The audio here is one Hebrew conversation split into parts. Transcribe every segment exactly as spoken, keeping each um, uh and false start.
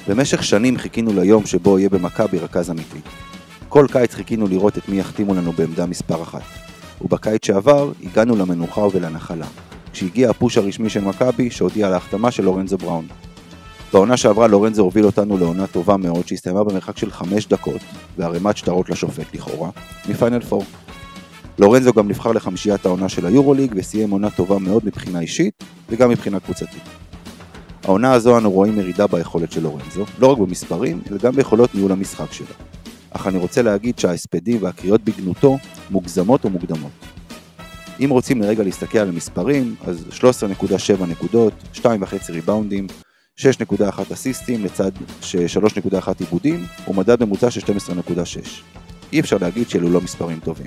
במשך שנים חיכינו ליום שבו יהיה במכבי רכז אמיתי. כל קיץ חיכינו לראות את מי יחתימו לנו בעמדה מספר אחת. ובקיץ שעבר הגענו למנוחה ולנחלה, כשהגיע הפוש הרשמי של מכבי שהודיע על ההחתמה של לורנזו בראון. בעונה שעברה לורנזו הוביל אותנו לעונה טובה מאוד שהסתיימה במרחק של חמש דקות, והרמת שטרות לשופט לכאורה, מפיינל פור. לורנזו גם נבחר לחמישיית העונה של היורוליג וסיים עונה טובה מאוד מבחינה אישית וגם מבחינה קבוצתית. העונה הזו אנו רואים ירידה ביכולת של לורנזו, לא רק במספרים, אלא גם ביכולות ניהול המשחק שלו. אך אני רוצה להגיד שההספדים והקריאות בגנותו מוגזמות ומוקדמות. אם רוצים לרגע להסתכל על המספרים, אז שלוש עשרה נקודה שבע נקודות, שתיים וחצי ריבאונדים, שש נקודה אחת אסיסטים לצד שלוש נקודה אחת עיבודים, ומדד ממוצע של שתים עשרה נקודה שש. אי אפשר להגיד שאלו לא מספרים טובים.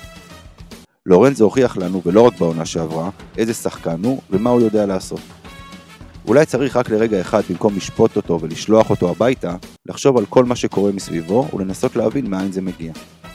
לורנזו הוכיח לנו, ולא רק בעונה שעברה, איזה שחקן הוא ומה הוא יודע לעשות. אולי צריך רק לרגע אחד, במקום לשפוט אותו ולשלוח אותו הביתה, לחשוב על כל מה שקורה מסביבו ולנסות להבין מאין זה מגיע.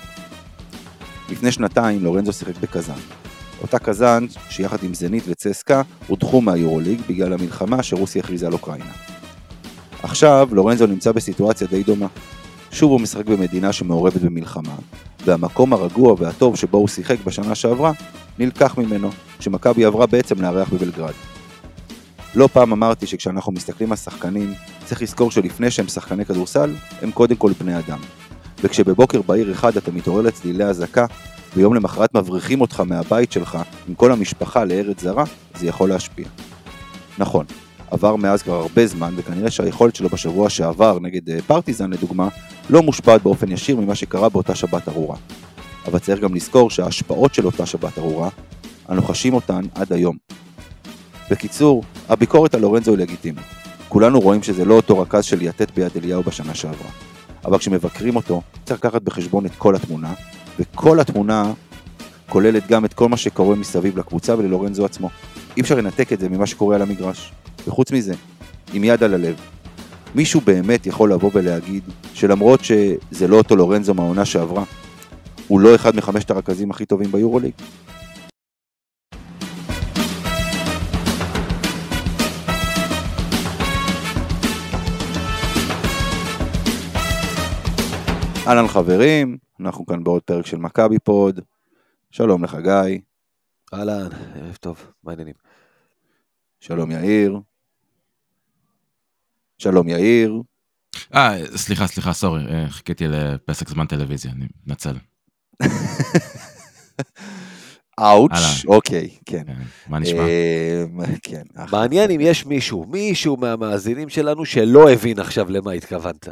לפני שנתיים לורנזו שיחק בקזאן. אותה קזאן שיחד עם זנית וצסקה הודחו מהיורוליג בגלל המלחמה שרוסיה הכריזה על אוקראינה. עכשיו לורנזו נמצא בסיטואציה די דומה. שוב הוא משחק במדינה שמעורבת במלחמה, והמקום הרגוע והטוב שבו הוא שיחק בשנה שעברה נלקח ממנו, שמכבי עברה בעצם לארח בבלגרד. לא פעם אמרתי שכשאנחנו מסתכלים על שחקנים, צריך לזכור שלפני שהם שחקני כדורסל, הם קודם כל בני אדם. וכשבבוקר בעיר אחד אתה מתעורר לצלילי הזקה, ויום למחרת מבריחים אותך מהבית שלך עם כל המשפחה לארץ זרה, זה יכול להשפיע. נכון, עבר מאז כבר הרבה זמן, וכנראה שהיכולת שלו בשבוע שעבר נגד פרטיזן לדוגמה, לא מושפעת באופן ישיר ממה שקרה באותה שבת ארורה. אבל צריך גם לזכור שההשפעות של אותה שבת ארורה, אנו חשים אותן עד היום. בקיצור, הביקורת על לורנזו היא לגיטימית. כולנו רואים שזה לא אותו רכז של יתת ביד אליהו בשנה שעברה. אבל כשמבקרים אותו, צריך לקחת בחשבון את כל התמונה, וכל התמונה כוללת גם את כל מה שקורה מסביב לקבוצה וללורנזו עצמו. אי אפשר לנתק את זה ממה שקורה על המגרש. וחוץ מזה, עם יד על הלב, מישהו באמת יכול לבוא ולהגיד שלמרות שזה לא אותו לורנזו מהעונה שעברה, הוא לא אחד מחמשת הרכזים הכי טובים ביורוליג? אהלן חברים, אנחנו כאן בעוד פרק של מכבי פוד. שלום לך גיא. אהלן, ערב טוב, מה העניינים? שלום יאיר. שלום יאיר. אה, סליחה, סליחה, סורי, חיכיתי לפסק זמן טלוויזיה, אני מתנצל. אאוץ', אוקיי, כן. מה נשמע? כן. מעניין אם יש מישהו, מישהו מהמאזינים שלנו שלא הבין עכשיו למה התכוונת.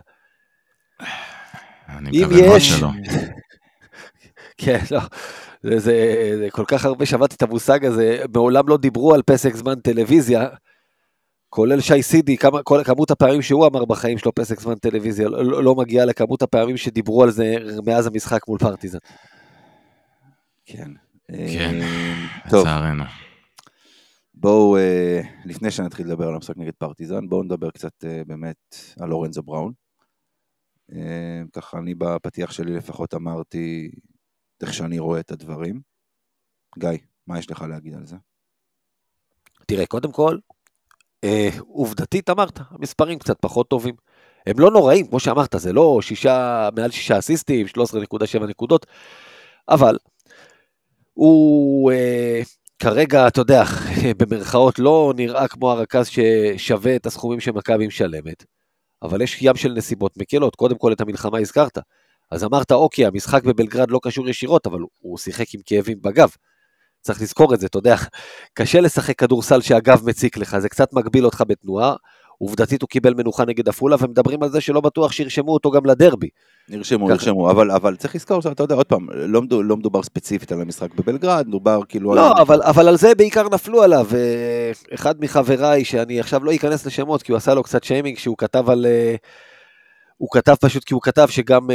אני מקווה מאוד שלא. כן, לא. זה, זה, זה כל כך הרבה שמעתי את המושג הזה, מעולם לא דיברו על פסק זמן טלוויזיה, כולל שי סידי, כמה, כל, כמות הפעמים שהוא אמר בחיים שלו פסק זמן טלוויזיה, לא, לא מגיעה לכמות הפעמים שדיברו על זה מאז המשחק מול פרטיזן. כן. כן, לצערנו. בואו, לפני שנתחיל לדבר על המשחק נגד פרטיזן, בואו נדבר קצת באמת על לורנזו בראון. ככה אני בפתיח שלי לפחות אמרתי איך שאני רואה את הדברים. גיא, מה יש לך להגיד על זה? תראה, קודם כל, אה, עובדתית אמרת, המספרים קצת פחות טובים. הם לא נוראים, כמו שאמרת, זה לא שישה, מעל שישה אסיסטים, שלוש עשרה נקודה שבע נקודות, אבל הוא אה, כרגע, אתה יודע, במרכאות לא נראה כמו הרכז ששווה את הסכומים שמכבי משלמת. אבל יש ים של נסיבות מקלות, קודם כל את המלחמה הזכרת, אז אמרת אוקיי, המשחק בבלגרד לא קשור ישירות, אבל הוא שיחק עם כאבים בגב, צריך לזכור את זה, אתה יודע, קשה לשחק כדורסל שהגב מציק לך, זה קצת מגביל אותך בתנועה, עובדתית הוא קיבל מנוחה נגד אפולה, ומדברים על זה שלא בטוח שירשמו אותו גם לדרבי. נרשמו, נרשמו, אבל, אבל צריך לזכור שאתה יודע, עוד פעם, לא, מדובר, לא מדובר ספציפית על המשחק בבלגרד, מדובר כאילו... לא, על... אבל, אבל על זה בעיקר נפלו עליו, אחד מחבריי, שאני עכשיו לא אכנס לשמות, כי הוא עשה לו קצת שיימינג, שהוא כתב על... הוא כתב פשוט כי הוא כתב שגם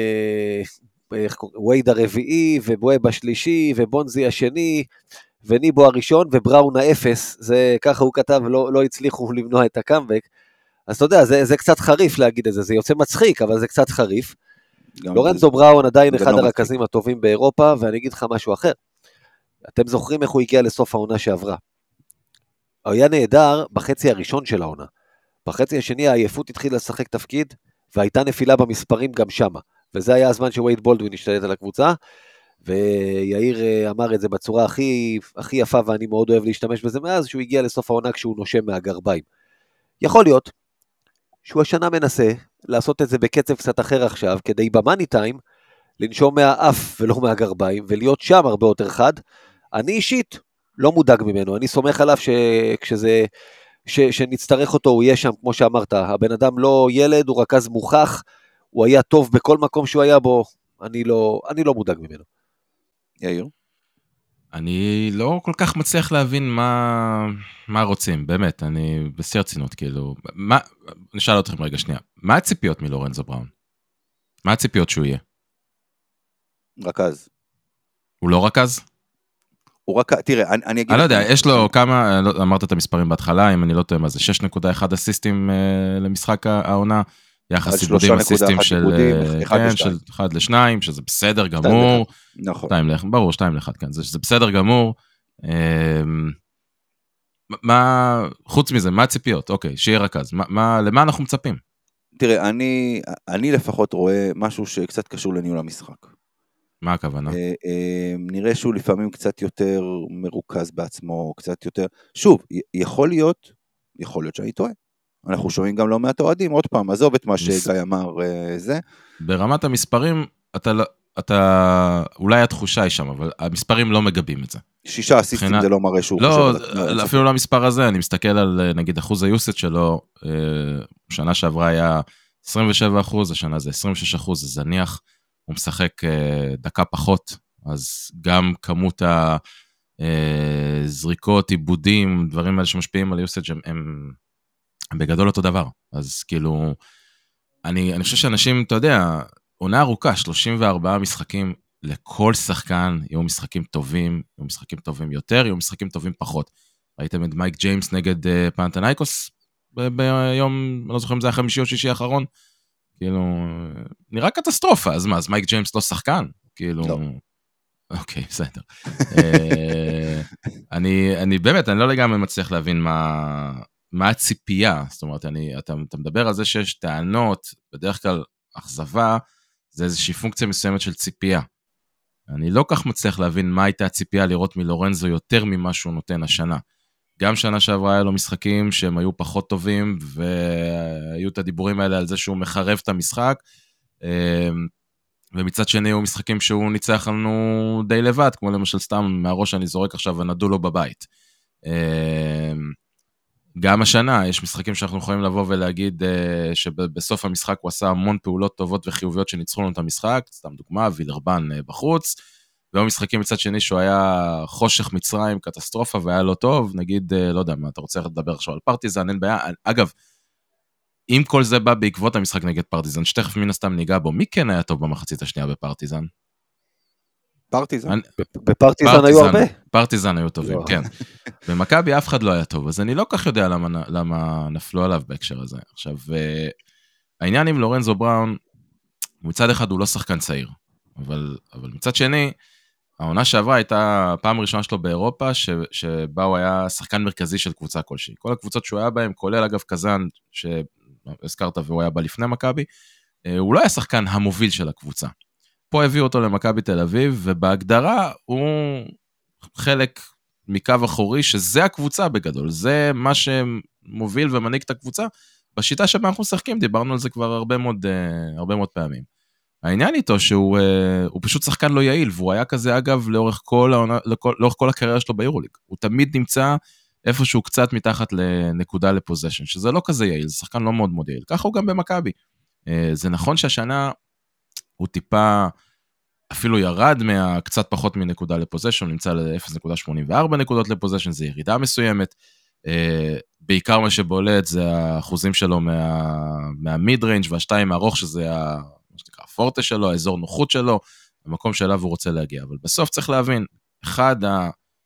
ווייד הרביעי, ובואב השלישי, ובונזי השני, וניבו הראשון, ובראון האפס, זה ככה הוא כתב, לא, לא הצליחו למנוע את הקאמבק, אז אתה יודע, זה, זה קצת חריף להגיד את זה, זה יוצא מצחיק, אבל זה קצת חריף. לורנזו בראון עדיין אחד הרכזים הטובים באירופה, ואני אגיד לך משהו אחר. אתם זוכרים איך הוא הגיע לסוף העונה שעברה. הוא היה נהדר בחצי הראשון של העונה. בחצי השני העייפות התחילה לשחק תפקיד, והייתה נפילה במספרים גם שמה, וזה היה הזמן שווייד בולדווין השתלט על הקבוצה, ויאיר אמר את זה בצורה הכי, הכי יפה, ואני מאוד אוהב להשתמש בזה מאז, שהוא הגיע לסוף העונה כשהוא נושם מהגרביים. יכול להיות שהוא השנה מנסה לעשות את זה בקצב קצת אחר עכשיו, כדי במאני טיים, לנשום מהאף ולא מהגרביים, ולהיות שם הרבה יותר חד. אני אישית לא מודאג ממנו, אני סומך עליו שכשזה, ש, שנצטרך אותו, הוא יהיה שם, כמו שאמרת, הבן אדם לא ילד, הוא רכז מוכח, הוא היה טוב בכל מקום שהוא היה בו, אני לא, אני לא מודאג ממנו. יאיר? אני לא כל כך מצליח להבין מה, מה רוצים, באמת, אני בשיא רצינות, כאילו, מה, נשאל אתכם רגע שנייה, מה הציפיות מלורנזו בראון? מה הציפיות שהוא יהיה? רכז. הוא לא רכז? הוא רכז, תראה, אני, אני אגיד... אני לא יודע, יש לו כמה, אמרת את המספרים בהתחלה, אם אני לא טועה מה זה, שש נקודה אחת אסיסטים למשחק העונה, יחס עיבודים אסיסטים של אחד לשניים, שזה בסדר גמור. נכון. ברור, שתיים לאחד, כן, זה בסדר גמור. מה, חוץ מזה, מה הציפיות? אוקיי, שיהיה רכז. למה אנחנו מצפים? תראה, אני, אני לפחות רואה משהו שקצת קשור לניהול המשחק. מה הכוונה? נראה שהוא לפעמים קצת יותר מרוכז בעצמו, קצת יותר... שוב, יכול להיות, יכול להיות שאני טועה. אנחנו שומעים גם לא מעט אוהדים, עוד פעם, עזוב את מה שגיא אמר זה. ברמת המספרים, אתה, אתה, אולי התחושה היא שם, אבל המספרים לא מגבים את זה. שישה אסיסטים זה לא מראה שהוא לא, אפילו לא המספר הזה, אני מסתכל על, נגיד, אחוז היוסט שלו, שנה שעברה היה עשרים ושבעה אחוז, השנה זה עשרים ושש אחוז, זה זניח, הוא משחק דקה פחות, אז גם כמות הזריקות, עיבודים, דברים האלה שמשפיעים על היוסט, הם, הם בגדול אותו דבר, אז כאילו, אני, אני חושב שאנשים, אתה יודע, עונה ארוכה, שלושים וארבעה משחקים, לכל שחקן, יהיו משחקים טובים, יהיו משחקים טובים יותר, יהיו משחקים טובים פחות. ראיתם את מייק ג'יימס נגד uh, פנתנייקוס, ב- ביום, אני לא זוכר אם זה היה חמישי או שישי האחרון, כאילו, נראה קטסטרופה, אז מה, אז מייק ג'יימס לא שחקן? כאילו, לא. אוקיי, בסדר. אני, אני באמת, אני לא לגמרי מצליח להבין מה... מה הציפייה, זאת אומרת, אני, אתה, אתה מדבר על זה שיש טענות, בדרך כלל אכזבה, זה איזושהי פונקציה מסוימת של ציפייה. אני לא כך מצליח להבין מה הייתה הציפייה לראות מלורנזו יותר ממה שהוא נותן השנה. גם שנה שעברה היה לו משחקים שהם היו פחות טובים, והיו את הדיבורים האלה על זה שהוא מחרב את המשחק, ומצד שני היו משחקים שהוא ניצח לנו די לבד, כמו למשל סתם מהראש אני זורק עכשיו ונדו לו בבית. גם השנה, יש משחקים שאנחנו יכולים לבוא ולהגיד uh, שבסוף המשחק הוא עשה המון פעולות טובות וחיוביות שניצחו לנו את המשחק, סתם דוגמה, וילרבן uh, בחוץ, והיו משחקים מצד שני שהוא היה חושך מצרים, קטסטרופה, והיה לא טוב, נגיד, uh, לא יודע מה, אתה רוצה לדבר עכשיו על פרטיזן, אין בעיה, אגב, אם כל זה בא בעקבות המשחק נגד פרטיזן, שתכף מן הסתם ניגע בו, מי כן היה טוב במחצית השנייה בפרטיזן? פרטיזן? בפרטיזן היו הרבה. פרטיזן היו טובים, כן. במכבי אף אחד לא היה טוב, אז אני לא כך יודע למה, למה נפלו עליו בהקשר הזה. עכשיו, העניין עם לורנזו בראון, מצד אחד הוא לא שחקן צעיר, אבל, אבל מצד שני, העונה שעברה הייתה הפעם הראשונה שלו באירופה, ש, שבה הוא היה שחקן מרכזי של קבוצה כלשהי. כל הקבוצות שהוא היה בהן, כולל אגב קזן, שהזכרת והוא היה בה לפני מכבי, הוא לא היה שחקן המוביל של הקבוצה. פה הביאו אותו למכבי תל אביב, ובהגדרה הוא חלק מקו אחורי, שזה הקבוצה בגדול, זה מה שמוביל ומנהיג את הקבוצה, בשיטה שבה אנחנו משחקים, דיברנו על זה כבר הרבה מאוד, הרבה מאוד פעמים. העניין איתו שהוא הוא פשוט שחקן לא יעיל, והוא היה כזה אגב לאורך כל, העונה, לאורך כל הקריירה שלו ביורוליג, הוא תמיד נמצא איפשהו קצת מתחת לנקודה לפוזיישן, שזה לא כזה יעיל, זה שחקן לא מאוד מאוד יעיל, ככה הוא גם במכבי. זה נכון שהשנה הוא טיפה אפילו ירד מהקצת פחות מנקודה לפוזיישן, הוא נמצא ל-אפס נקודה שמונים וארבע נקודות לפוזיישן, זה ירידה מסוימת, בעיקר מה שבולט זה האחוזים שלו מה, מהמיד ריינג' והשתיים הארוך, שזה ה, מה שנקרא, הפורטה שלו, האזור נוחות שלו, המקום שאליו הוא רוצה להגיע, אבל בסוף צריך להבין, אחד, ה,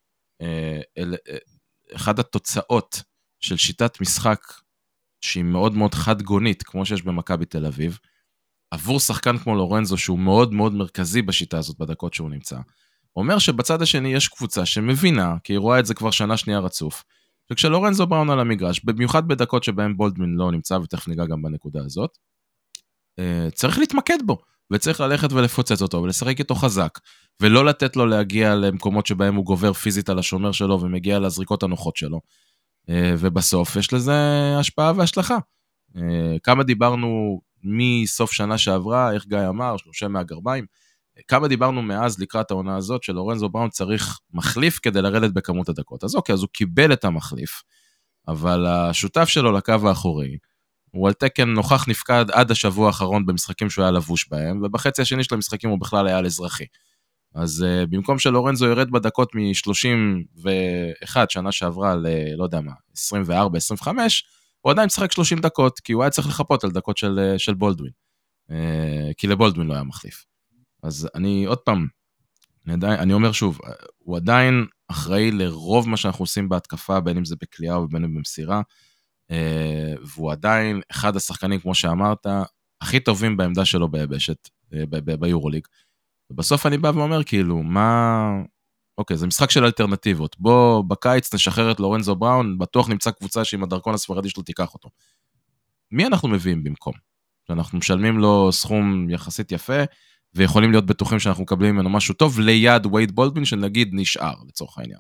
אחד התוצאות של שיטת משחק, שהיא מאוד מאוד חד גונית, כמו שיש במכבי תל אביב, עבור שחקן כמו לורנזו, שהוא מאוד מאוד מרכזי בשיטה הזאת, בדקות שהוא נמצא, אומר שבצד השני יש קבוצה שמבינה, כי היא רואה את זה כבר שנה שנייה רצוף, שכשלורנזו בראון על המגרש, במיוחד בדקות שבהם בולדווין לא נמצא, ותכף ניגע גם בנקודה הזאת, צריך להתמקד בו, וצריך ללכת ולפוצץ אותו, ולשחק איתו חזק, ולא לתת לו להגיע למקומות שבהם הוא גובר פיזית על השומר שלו, ומגיע לזריקות הנוחות שלו, ובסוף יש לזה השפעה והשלכה. כמה דיברנו מסוף שנה שעברה, איך גיא אמר, שלושה מהגרביים, כמה דיברנו מאז לקראת העונה הזאת, שלורנזו בראון צריך מחליף כדי לרדת בכמות הדקות. אז אוקיי, אז הוא קיבל את המחליף, אבל השותף שלו לקו האחורי, הוא על תקן נוכח נפקד עד השבוע האחרון במשחקים שהוא היה לבוש בהם, ובחצי השני של המשחקים הוא בכלל היה על אזרחי. אז uh, במקום שלורנזו ירד בדקות מ-שלושים ואחת שנה שעברה ל, לא יודע מה, עשרים וארבע עשרים וחמש, הוא עדיין משחק שלושים דקות, כי הוא היה צריך לחפות על דקות של, של בולדווין. Uh, כי לבולדווין לא היה מחליף. אז אני עוד פעם, אני, עדיין, אני אומר שוב, הוא עדיין אחראי לרוב מה שאנחנו עושים בהתקפה, בין אם זה בקליעה ובין אם במסירה, והוא עדיין אחד השחקנים, כמו שאמרת, הכי טובים בעמדה שלו ביבשת, ביורוליג. ובסוף אני בא ואומר, כאילו, מה... אוקיי, זה משחק של אלטרנטיבות. בוא, בקיץ נשחרר את לורנזו בראון, בטוח נמצא קבוצה שעם הדרכון הספרדי שלו תיקח אותו. מי אנחנו מביאים במקום? שאנחנו משלמים לו סכום יחסית יפה, ויכולים להיות בטוחים שאנחנו מקבלים ממנו משהו טוב, ליד וייד בולדווין, שנגיד נשאר, לצורך העניין.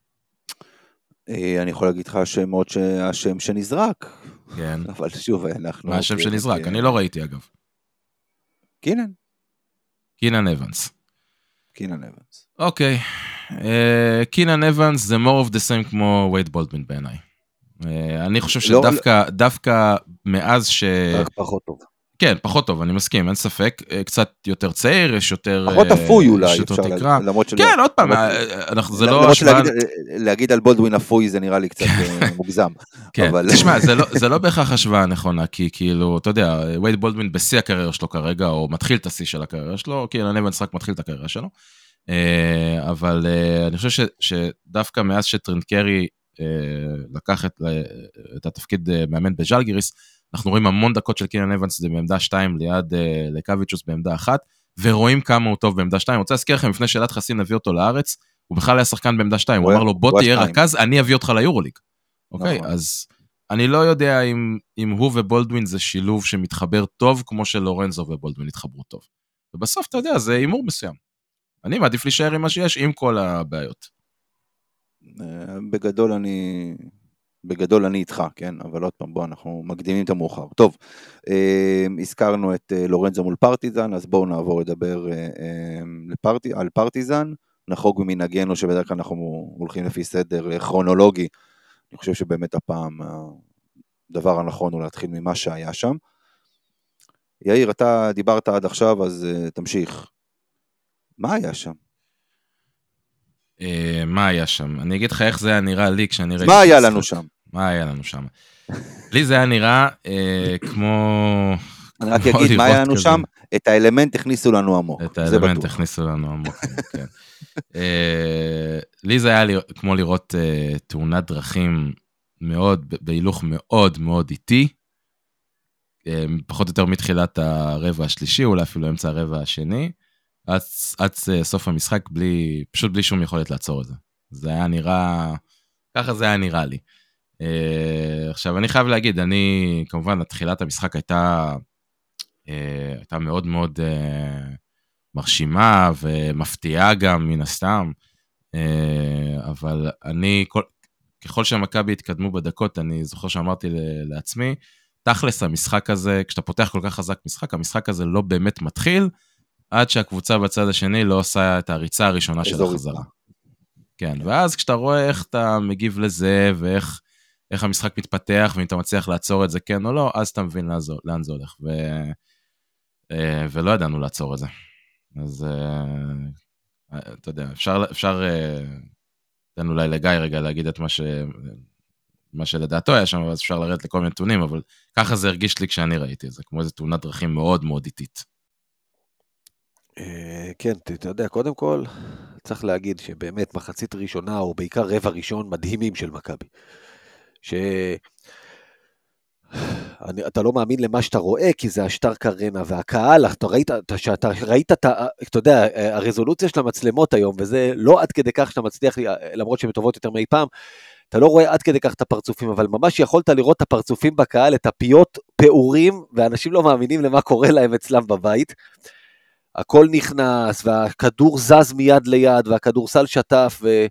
אני יכול להגיד לך שמות שהשם שנזרק. כן. אבל שוב, אנחנו... מה השם שנזרק? אני לא ראיתי, אגב. קינן. קינן אבנס. קינן אבנס. אוקיי. קינן אבנס זה more of the same כמו וייד בולדווין בעיניי. אני חושב שדווקא מאז ש... רק פחות טוב. כן, פחות טוב, אני מסכים, אין ספק, קצת יותר צעיר, יש יותר... פחות אפוי אולי, אפשר להגיד. כן, עוד פעם, זה לא... למרות שלהגיד על בולדווין אפוי זה נראה לי קצת מוגזם. כן, תשמע, זה לא בהכרח השוואה נכונה, כי כאילו, אתה יודע, וייד בולדווין בשיא הקריירה שלו כרגע, או מתחיל את השיא של הקריירה שלו, כי קינן אבנס רק מתחיל את הקריירה שלו, אבל אני חושב שדווקא מאז שטרנקרי לקח את התפקיד מאמן בז'לגיריס, אנחנו רואים המון דקות של קינן אבנס, זה בעמדה שתיים ליד uh, לקוויצ'וס בעמדה אחת, ורואים כמה הוא טוב בעמדה שתיים. אני רוצה להזכיר לכם, לפני שאלת חסין נביא אותו לארץ, הוא בכלל היה שחקן בעמדה שתיים, הוא אמר לו, בוא תהיה רכז, אני אביא אותך ליורוליג. אוקיי, אז אני לא יודע אם, אם הוא ובולדווין זה שילוב שמתחבר טוב, כמו שלורנזו ובולדווין התחברו טוב. ובסוף, אתה יודע, זה אימור מסוים. אני מעדיף להישאר עם מה שיש, עם כל הבעיות. בגדול אני... בגדול אני איתך, כן, אבל עוד פעם בוא, אנחנו מקדימים את המאוחר. טוב, אה, הזכרנו את אה, לורנזו מול פרטיזן, אז בואו נעבור לדבר אה, אה, לפרטי, על פרטיזן, נחוג ממנהגנו שבדרך כלל אנחנו הולכים לפי סדר כרונולוגי, אני חושב שבאמת הפעם הדבר הנכון הוא להתחיל ממה שהיה שם. יאיר, אתה דיברת עד עכשיו, אז אה, תמשיך. מה היה שם? מה היה שם? אני אגיד לך איך זה היה נראה לי כשאני ראיתי... מה היה לנו שם? מה היה לנו שם? לי זה היה נראה כמו... אני רק אגיד מה היה לנו שם, את האלמנט הכניסו לנו עמוק. את האלמנט הכניסו לנו עמוק, כן. לי זה היה כמו לראות תאונת דרכים מאוד, בהילוך מאוד מאוד איטי, פחות או יותר מתחילת הרבע השלישי, אולי אפילו אמצע הרבע השני, עד, עד סוף המשחק, בלי, פשוט בלי שום יכולת לעצור את זה. זה היה נראה, ככה זה היה נראה לי. Uh, עכשיו, אני חייב להגיד, אני, כמובן, התחילת המשחק הייתה, uh, הייתה מאוד מאוד uh, מרשימה, ומפתיעה גם מן הסתם, uh, אבל אני, כל, ככל שהמכבי התקדמו בדקות, אני זוכר שאמרתי לעצמי, תכלס המשחק הזה, כשאתה פותח כל כך חזק משחק, המשחק הזה לא באמת מתחיל, עד שהקבוצה בצד השני לא עושה את הריצה הראשונה של החזרה. כן, ואז כשאתה רואה איך אתה מגיב לזה, ואיך איך המשחק מתפתח, ואם אתה מצליח לעצור את זה כן או לא, אז אתה מבין לאן זה הולך. ו... ולא ידענו לעצור את זה. אז אתה יודע, אפשר, אפשר תן אולי לגיא רגע להגיד את מה ש... מה שלדעתו היה שם, אז אפשר לרדת לכל מיני נתונים, אבל ככה זה הרגיש לי כשאני ראיתי את זה, כמו איזו תאונת דרכים מאוד מאוד איטית. כן, אתה יודע, קודם כל, צריך להגיד שבאמת מחצית ראשונה, או בעיקר רבע ראשון, מדהימים של מכבי. אני, אתה לא מאמין למה שאתה רואה, כי זה השטר קרנה, והקהל, אתה ראית, אתה ראית, אתה, אתה יודע, הרזולוציה של המצלמות היום, וזה לא עד כדי כך שאתה מצליח, למרות שהן טובות יותר מאי פעם, אתה לא רואה עד כדי כך את הפרצופים, אבל ממש יכולת לראות את הפרצופים בקהל, את הפיות פעורים, ואנשים לא מאמינים למה קורה להם אצלם בבית. הכל נכנס, והכדור זז מיד ליד, והכדורסל שטף, ו...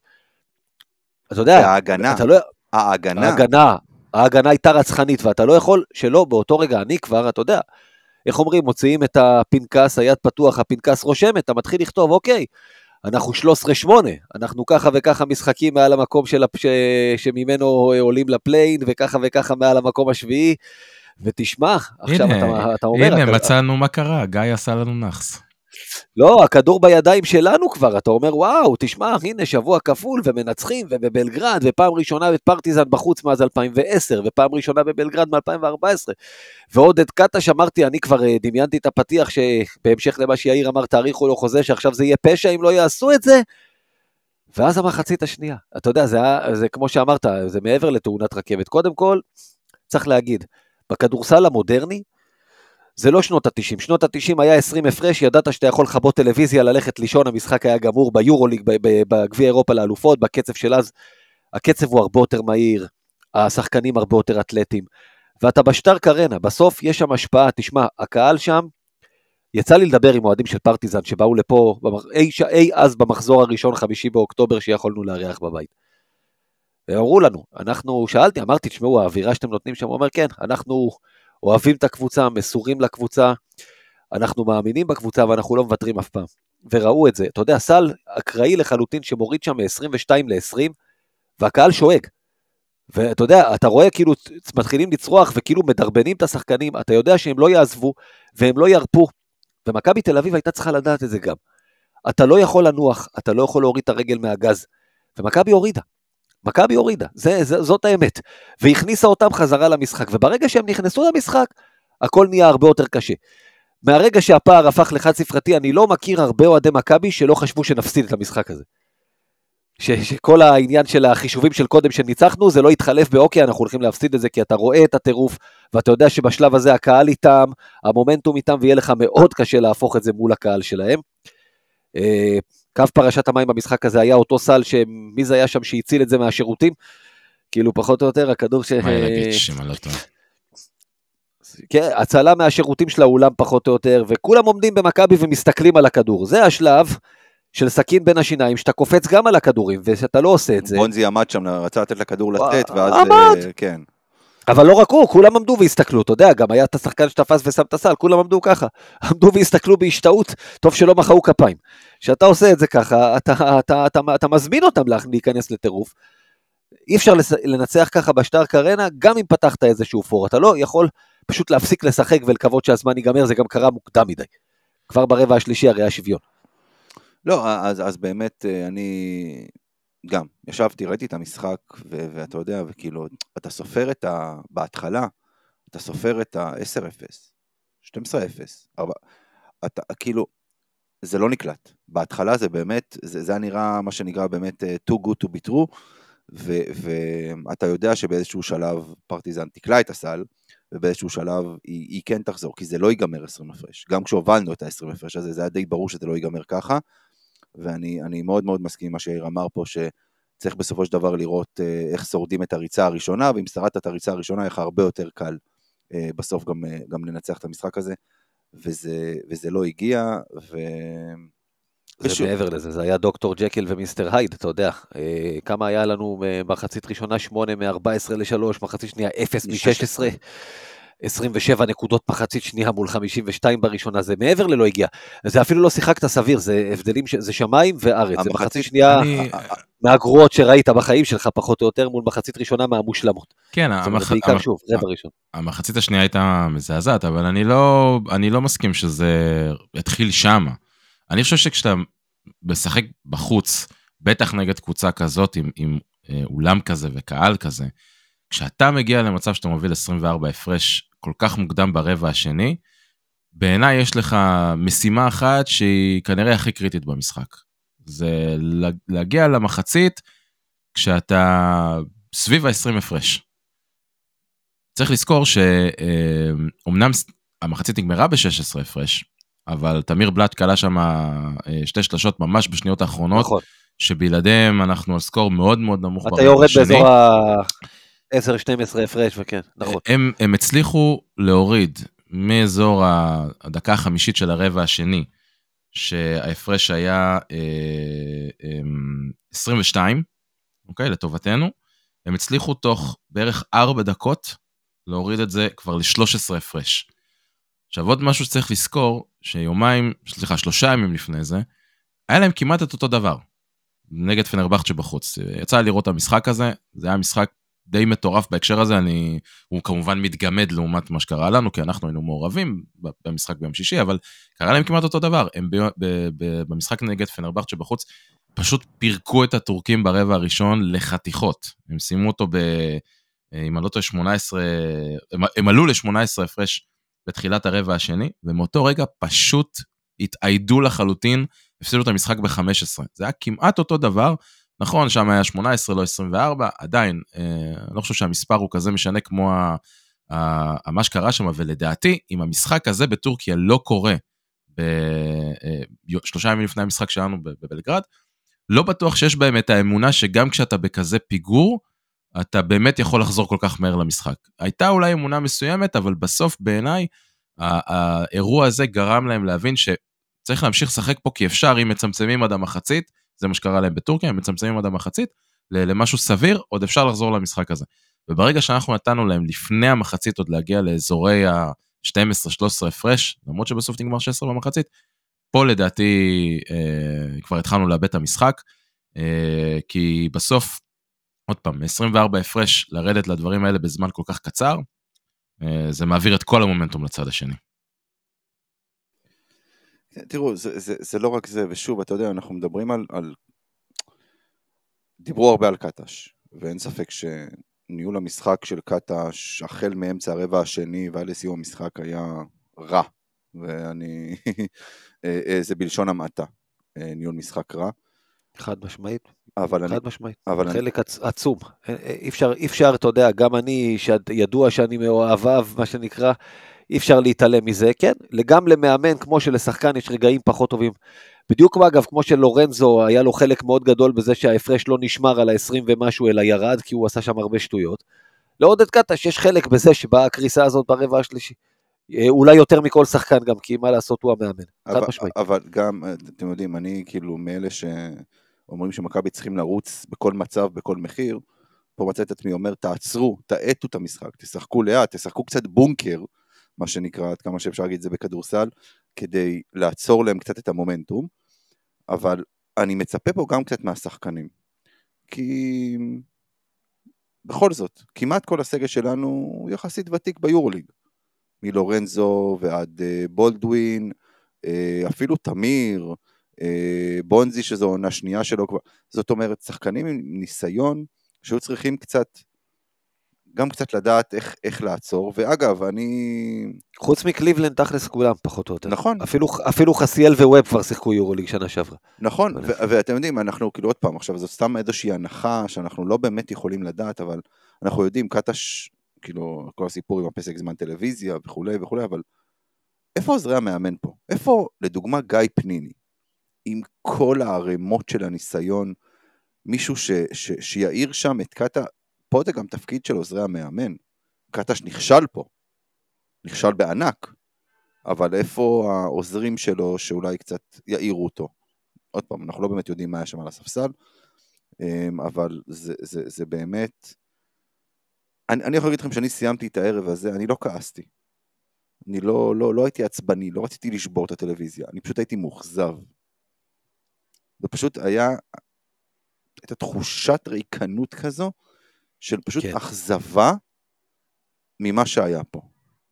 אתה יודע, ההגנה, אתה לא... ההגנה. ההגנה, ההגנה הייתה רצחנית, ואתה לא יכול שלא, באותו רגע, אני כבר, אתה יודע, איך אומרים, מוציאים את הפנקס, היד פתוח, הפנקס רושם, אתה מתחיל לכתוב, אוקיי, אנחנו שלוש עשרה שמונה, אנחנו ככה וככה משחקים מעל המקום של, ש... שממנו עולים לפליין, וככה וככה מעל המקום השביעי, ותשמע, עכשיו הנה, אתה, אתה אומר... הנה, אתה... מצאנו מה קרה, גיא עשה לנו נחס. לא, הכדור בידיים שלנו כבר, אתה אומר, וואו, תשמע, הנה שבוע כפול, ומנצחים, ובבלגרד, ופעם ראשונה בפרטיזן בחוץ מאז אלפיים ועשר, ופעם ראשונה בבלגרד מ-אלפיים וארבע עשרה, ועוד את קטש אמרתי, אני כבר דמיינתי את הפתיח, שבהמשך למה שיאיר אמר, תאריכו לו חוזה, שעכשיו זה יהיה פשע אם לא יעשו את זה, ואז המחצית השנייה, אתה יודע, זה, זה כמו שאמרת, זה מעבר לתאונת רכבת, קודם כל, צריך להגיד, בכדורסל המודרני, זה לא שנות ה-תשעים, שנות ה-תשעים היה עשרים הפרש, ידעת שאתה יכול לחבות טלוויזיה, ללכת לישון, המשחק היה גמור ביורוליג, בגביע אירופה לאלופות, בקצב של אז, הקצב הוא הרבה יותר מהיר, השחקנים הרבה יותר אתלטים, ואתה בשטר קרנה, בסוף יש שם השפעה, תשמע, הקהל שם, יצא לי לדבר עם אוהדים של פרטיזן, שבאו לפה, אי, אי אז במחזור הראשון, חמישי באוקטובר, שיכולנו לארח בבית. ואמרו לנו, אנחנו, שאלתי, אמרתי, תשמעו, האווירה שאתם נותנים שם, הוא אומר, כן, אנחנו אוהבים את הקבוצה, מסורים לקבוצה, אנחנו מאמינים בקבוצה, ואנחנו לא מוותרים אף פעם. וראו את זה, אתה יודע, סל אקראי לחלוטין, שמוריד שם מ-עשרים ושתיים ל-עשרים, והקהל שואג. ואתה יודע, אתה רואה כאילו מתחילים לצרוח, וכאילו מדרבנים את השחקנים, אתה יודע שהם לא יעזבו, והם לא ירפו, ומכבי תל אביב הייתה צריכה לדעת את זה גם. אתה לא יכול לנוח, אתה לא יכול להוריד את הרגל מהגז, ומכבי הורידה. מכבי הורידה, זה, זה, זאת האמת, והכניסה אותם חזרה למשחק, וברגע שהם נכנסו למשחק, הכל נהיה הרבה יותר קשה. מהרגע שהפער הפך לחד ספרתי, אני לא מכיר הרבה אוהדי מכבי שלא חשבו שנפסיד את המשחק הזה. ש, שכל העניין של החישובים של קודם שניצחנו, זה לא יתחלף באוקיי, אנחנו הולכים להפסיד את זה, כי אתה רואה את הטירוף, ואתה יודע שבשלב הזה הקהל איתם, המומנטום איתם, ויהיה לך מאוד קשה להפוך את זה מול הקהל שלהם. קו פרשת המים במשחק הזה היה אותו סל, שמי זה היה שם שהציל את זה מהשירותים, כאילו פחות או יותר, הכדור ש... מה ילגיד שמלא טוב. כן, הצלה מהשירותים של האולם פחות או יותר, וכולם עומדים במכבי ומסתכלים על הכדור, זה השלב של סכין בין השיניים, שאתה קופץ גם על הכדורים, ושאתה לא עושה את זה. בונזי עמד שם, רצה לתת לכדור לתת, ואז... עמד! כן. אבל לא רק הוא, כולם עמדו והסתכלו, אתה יודע, גם היה את השחקן שתפס ושם את הסל, כולם עמדו ככה, עמדו והסתכלו בהשתאות, טוב שלא מחאו כפיים. כשאתה עושה את זה ככה, אתה, אתה, אתה, אתה, אתה מזמין אותם להיכנס לטירוף, אי אפשר לנצח ככה בשטר קרנה, גם אם פתחת איזשהו פור, אתה לא יכול פשוט להפסיק לשחק ולקוות שהזמן ייגמר, זה גם קרה מוקדם מדי. כבר ברבע השלישי הרי השוויון. לא, אז, אז באמת אני גם ישבתי, ראיתי את המשחק, ו- ואתה יודע, וכאילו, אתה סופר את ה... בהתחלה, אתה סופר את ה-עשר אפס, שתים עשרה אפס, ארבע, אתה, כאילו, זה לא נקלט. בהתחלה זה באמת, זה, זה נראה, מה שנקרא באמת too good to be true, ו- ואתה יודע שבאיזשהו שלב פרטיזן תקלה את הסל, ובאיזשהו שלב היא, היא כן תחזור, כי זה לא ייגמר עשרים הפרש. גם כשהובלנו את ה-עשרים הפרש הזה, זה היה די ברור שזה לא ייגמר ככה, ואני אני מאוד מאוד מסכים עם מה שיאיר אמר פה, שצריך בסופו של דבר לראות אה, איך שורדים את הריצה הראשונה, ואם שרדת את הריצה הראשונה, איך הרבה יותר קל אה, בסוף גם, אה, גם לנצח את המשחק הזה, וזה, וזה לא הגיע, ו... זה ושוב... מעבר לזה, זה היה דוקטור ג'קל ומיסטר הייד, אתה יודע, אה, כמה היה לנו מחצית ראשונה, שמונה מ-ארבע עשרה לשלוש, מחצית שנייה, אפס מ-שש עשרה, עשרים ושבע נקודות מחצית שנייה מול חמישים ושתיים בראשונה, זה מעבר ללא הגיע, זה אפילו לא שיחקת סביר, זה הבדלים, ש... זה שמיים וארץ, זה מחצית שנייה אני... מהגרועות שראית בחיים שלך פחות או יותר, מול מחצית ראשונה מהמושלמות. כן, המח... בעיקר המח... שוב, רבע ראשון. המחצית השנייה הייתה מזעזעת, אבל אני לא, אני לא מסכים שזה יתחיל שמה. אני חושב שכשאתה משחק בחוץ, בטח נגד קבוצה כזאת, עם, עם אולם כזה וקהל כזה, כשאתה מגיע למצב שאתה מוביל עשרים וארבע הפרש כל כך מוקדם ברבע השני, בעיניי יש לך משימה אחת שהיא כנראה הכי קריטית במשחק. זה להגיע למחצית כשאתה סביב ה-עשרים הפרש. צריך לזכור שאומנם המחצית נגמרה ב-שש עשרה הפרש, אבל תמיר בלאט קלה שם שתי שלשות ממש בשניות האחרונות, נכון. שבלעדיהם אנחנו על סקור מאוד מאוד נמוך ברבע השני. אתה יורד השני. באזור ה-עשר שתים עשרה הפרש, וכן, נכון. הם, הם הצליחו להוריד מאזור הדקה החמישית של הרבע השני, שההפרש היה אה, אה, עשרים ושתיים, אוקיי, לטובתנו, הם הצליחו תוך בערך ארבע דקות להוריד את זה כבר ל-שלוש עשרה הפרש. עכשיו עוד משהו שצריך לזכור, שיומיים, סליחה, שלושה ימים לפני זה, היה להם כמעט את אותו דבר, נגד פנרבכט שבחוץ. יצא לי לראות את המשחק הזה, זה היה משחק די מטורף בהקשר הזה, אני, הוא כמובן מתגמד לעומת מה שקרה לנו, כי אנחנו היינו מעורבים במשחק ביום שישי, אבל קרה להם כמעט אותו דבר, הם ב, ב, ב, במשחק נגד פנרבכט שבחוץ, פשוט פירקו את הטורקים ברבע הראשון לחתיכות, הם סיימו אותו ב... אם אני לא טועה שמונה עשרה, הם, הם עלו ל-שמונה עשרה הפרש בתחילת הרבע השני, ומאותו רגע פשוט התעידו לחלוטין, הפסידו את המשחק ב-חמש עשרה. זה היה כמעט אותו דבר, נכון, שם היה שמונה עשרה, לא עשרים וארבע, עדיין, אה, אני לא חושב שהמספר הוא כזה משנה כמו ה, ה, מה שקרה שם, ולדעתי, אם המשחק הזה בטורקיה לא קורה, ב, אה, שלושה ימים לפני המשחק שלנו בבלגרד, לא בטוח שיש בהם את האמונה שגם כשאתה בכזה פיגור, אתה באמת יכול לחזור כל כך מהר למשחק. הייתה אולי אמונה מסוימת, אבל בסוף בעיניי, האירוע הזה גרם להם להבין שצריך להמשיך לשחק פה, כי אפשר, אם מצמצמים עד המחצית, זה מה שקרה להם בטורקיה, הם מצמצמים עד המחצית, למשהו סביר, עוד אפשר לחזור למשחק הזה. וברגע שאנחנו נתנו להם לפני המחצית, עוד להגיע לאזורי ה-שתים עשרה שלוש עשרה הפרש, למרות שבסוף נגמר שש עשרה במחצית, פה לדעתי אה, כבר התחלנו לאבד את המשחק, אה, כי בסוף, עוד פעם, עשרים וארבע הפרש לרדת לדברים האלה בזמן כל כך קצר, זה מעביר את כל המומנטום לצד השני. תראו, זה, זה, זה לא רק זה, ושוב, אתה יודע, אנחנו מדברים על, על... דיברו הרבה על קטש, ואין ספק שניהול המשחק של קטש, החל מאמצע הרבע השני ועד לסיום המשחק היה רע, ואני... זה בלשון המעטה, ניהול משחק רע. חד משמעית. אבל חד אני, משמעית, אבל חלק אני... עצום, אי אפשר, אי אפשר, אתה יודע, גם אני, שידוע שאני מאוהביו, מה שנקרא, אי אפשר להתעלם מזה, כן, גם למאמן, כמו שלשחקן, יש רגעים פחות טובים, בדיוק אגב, כמו שלורנזו, היה לו חלק מאוד גדול בזה שההפרש לא נשמר על ה-עשרים ומשהו, אלא ירד, כי הוא עשה שם הרבה שטויות, לעודד קטש, יש חלק בזה שבאה הקריסה הזאת ברבע השלישי, אולי יותר מכל שחקן גם, כי מה לעשות הוא המאמן, אבל, אבל גם, אתם יודעים, אני כאילו מאלה ש... אומרים שמכבי צריכים לרוץ בכל מצב, בכל מחיר, פה מצא את עצמי אומר, תעצרו, תעטו את המשחק, תשחקו לאט, תשחקו קצת בונקר, מה שנקרא, עד כמה שאפשר להגיד את זה בכדורסל, כדי לעצור להם קצת את המומנטום, אבל אני מצפה פה גם קצת מהשחקנים, כי בכל זאת, כמעט כל הסגל שלנו הוא יחסית ותיק ביורוליג, מלורנזו ועד בולדווין, אפילו תמיר, בונזי שזו עונה שנייה שלו כבר, זאת אומרת, שחקנים עם ניסיון שהיו צריכים קצת, גם קצת לדעת איך, איך לעצור, ואגב, אני... חוץ מקליבלנד תכלס כולם פחות או יותר. נכון. אפילו, אפילו חסיאל וווב כבר שיחקו יורוליג שנה שעברה. נכון, ו- ואתם יודעים, אנחנו כאילו עוד פעם, עכשיו זו סתם איזושהי הנחה שאנחנו לא באמת יכולים לדעת, אבל אנחנו יודעים, קטש, כאילו, כל הסיפור עם הפסק זמן טלוויזיה וכולי וכולי, אבל איפה עוזרי המאמן פה? איפה, לדוגמה, גיא פניני? עם כל הערימות של הניסיון, מישהו ש, ש, שיעיר שם את קטה, פה זה גם תפקיד של עוזרי המאמן, קטה שנכשל פה, נכשל בענק, אבל איפה העוזרים שלו שאולי קצת יעירו אותו, עוד פעם, אנחנו לא באמת יודעים מה היה שם על הספסל, אבל זה, זה, זה באמת, אני, אני יכול להגיד לכם שאני סיימתי את הערב הזה, אני לא כעסתי, אני לא, לא, לא הייתי עצבני, לא רציתי לשבור את הטלוויזיה, אני פשוט הייתי מוחזב, זה פשוט היה את התחושת ריקנות כזו, של פשוט כן. אכזבה ממה שהיה פה.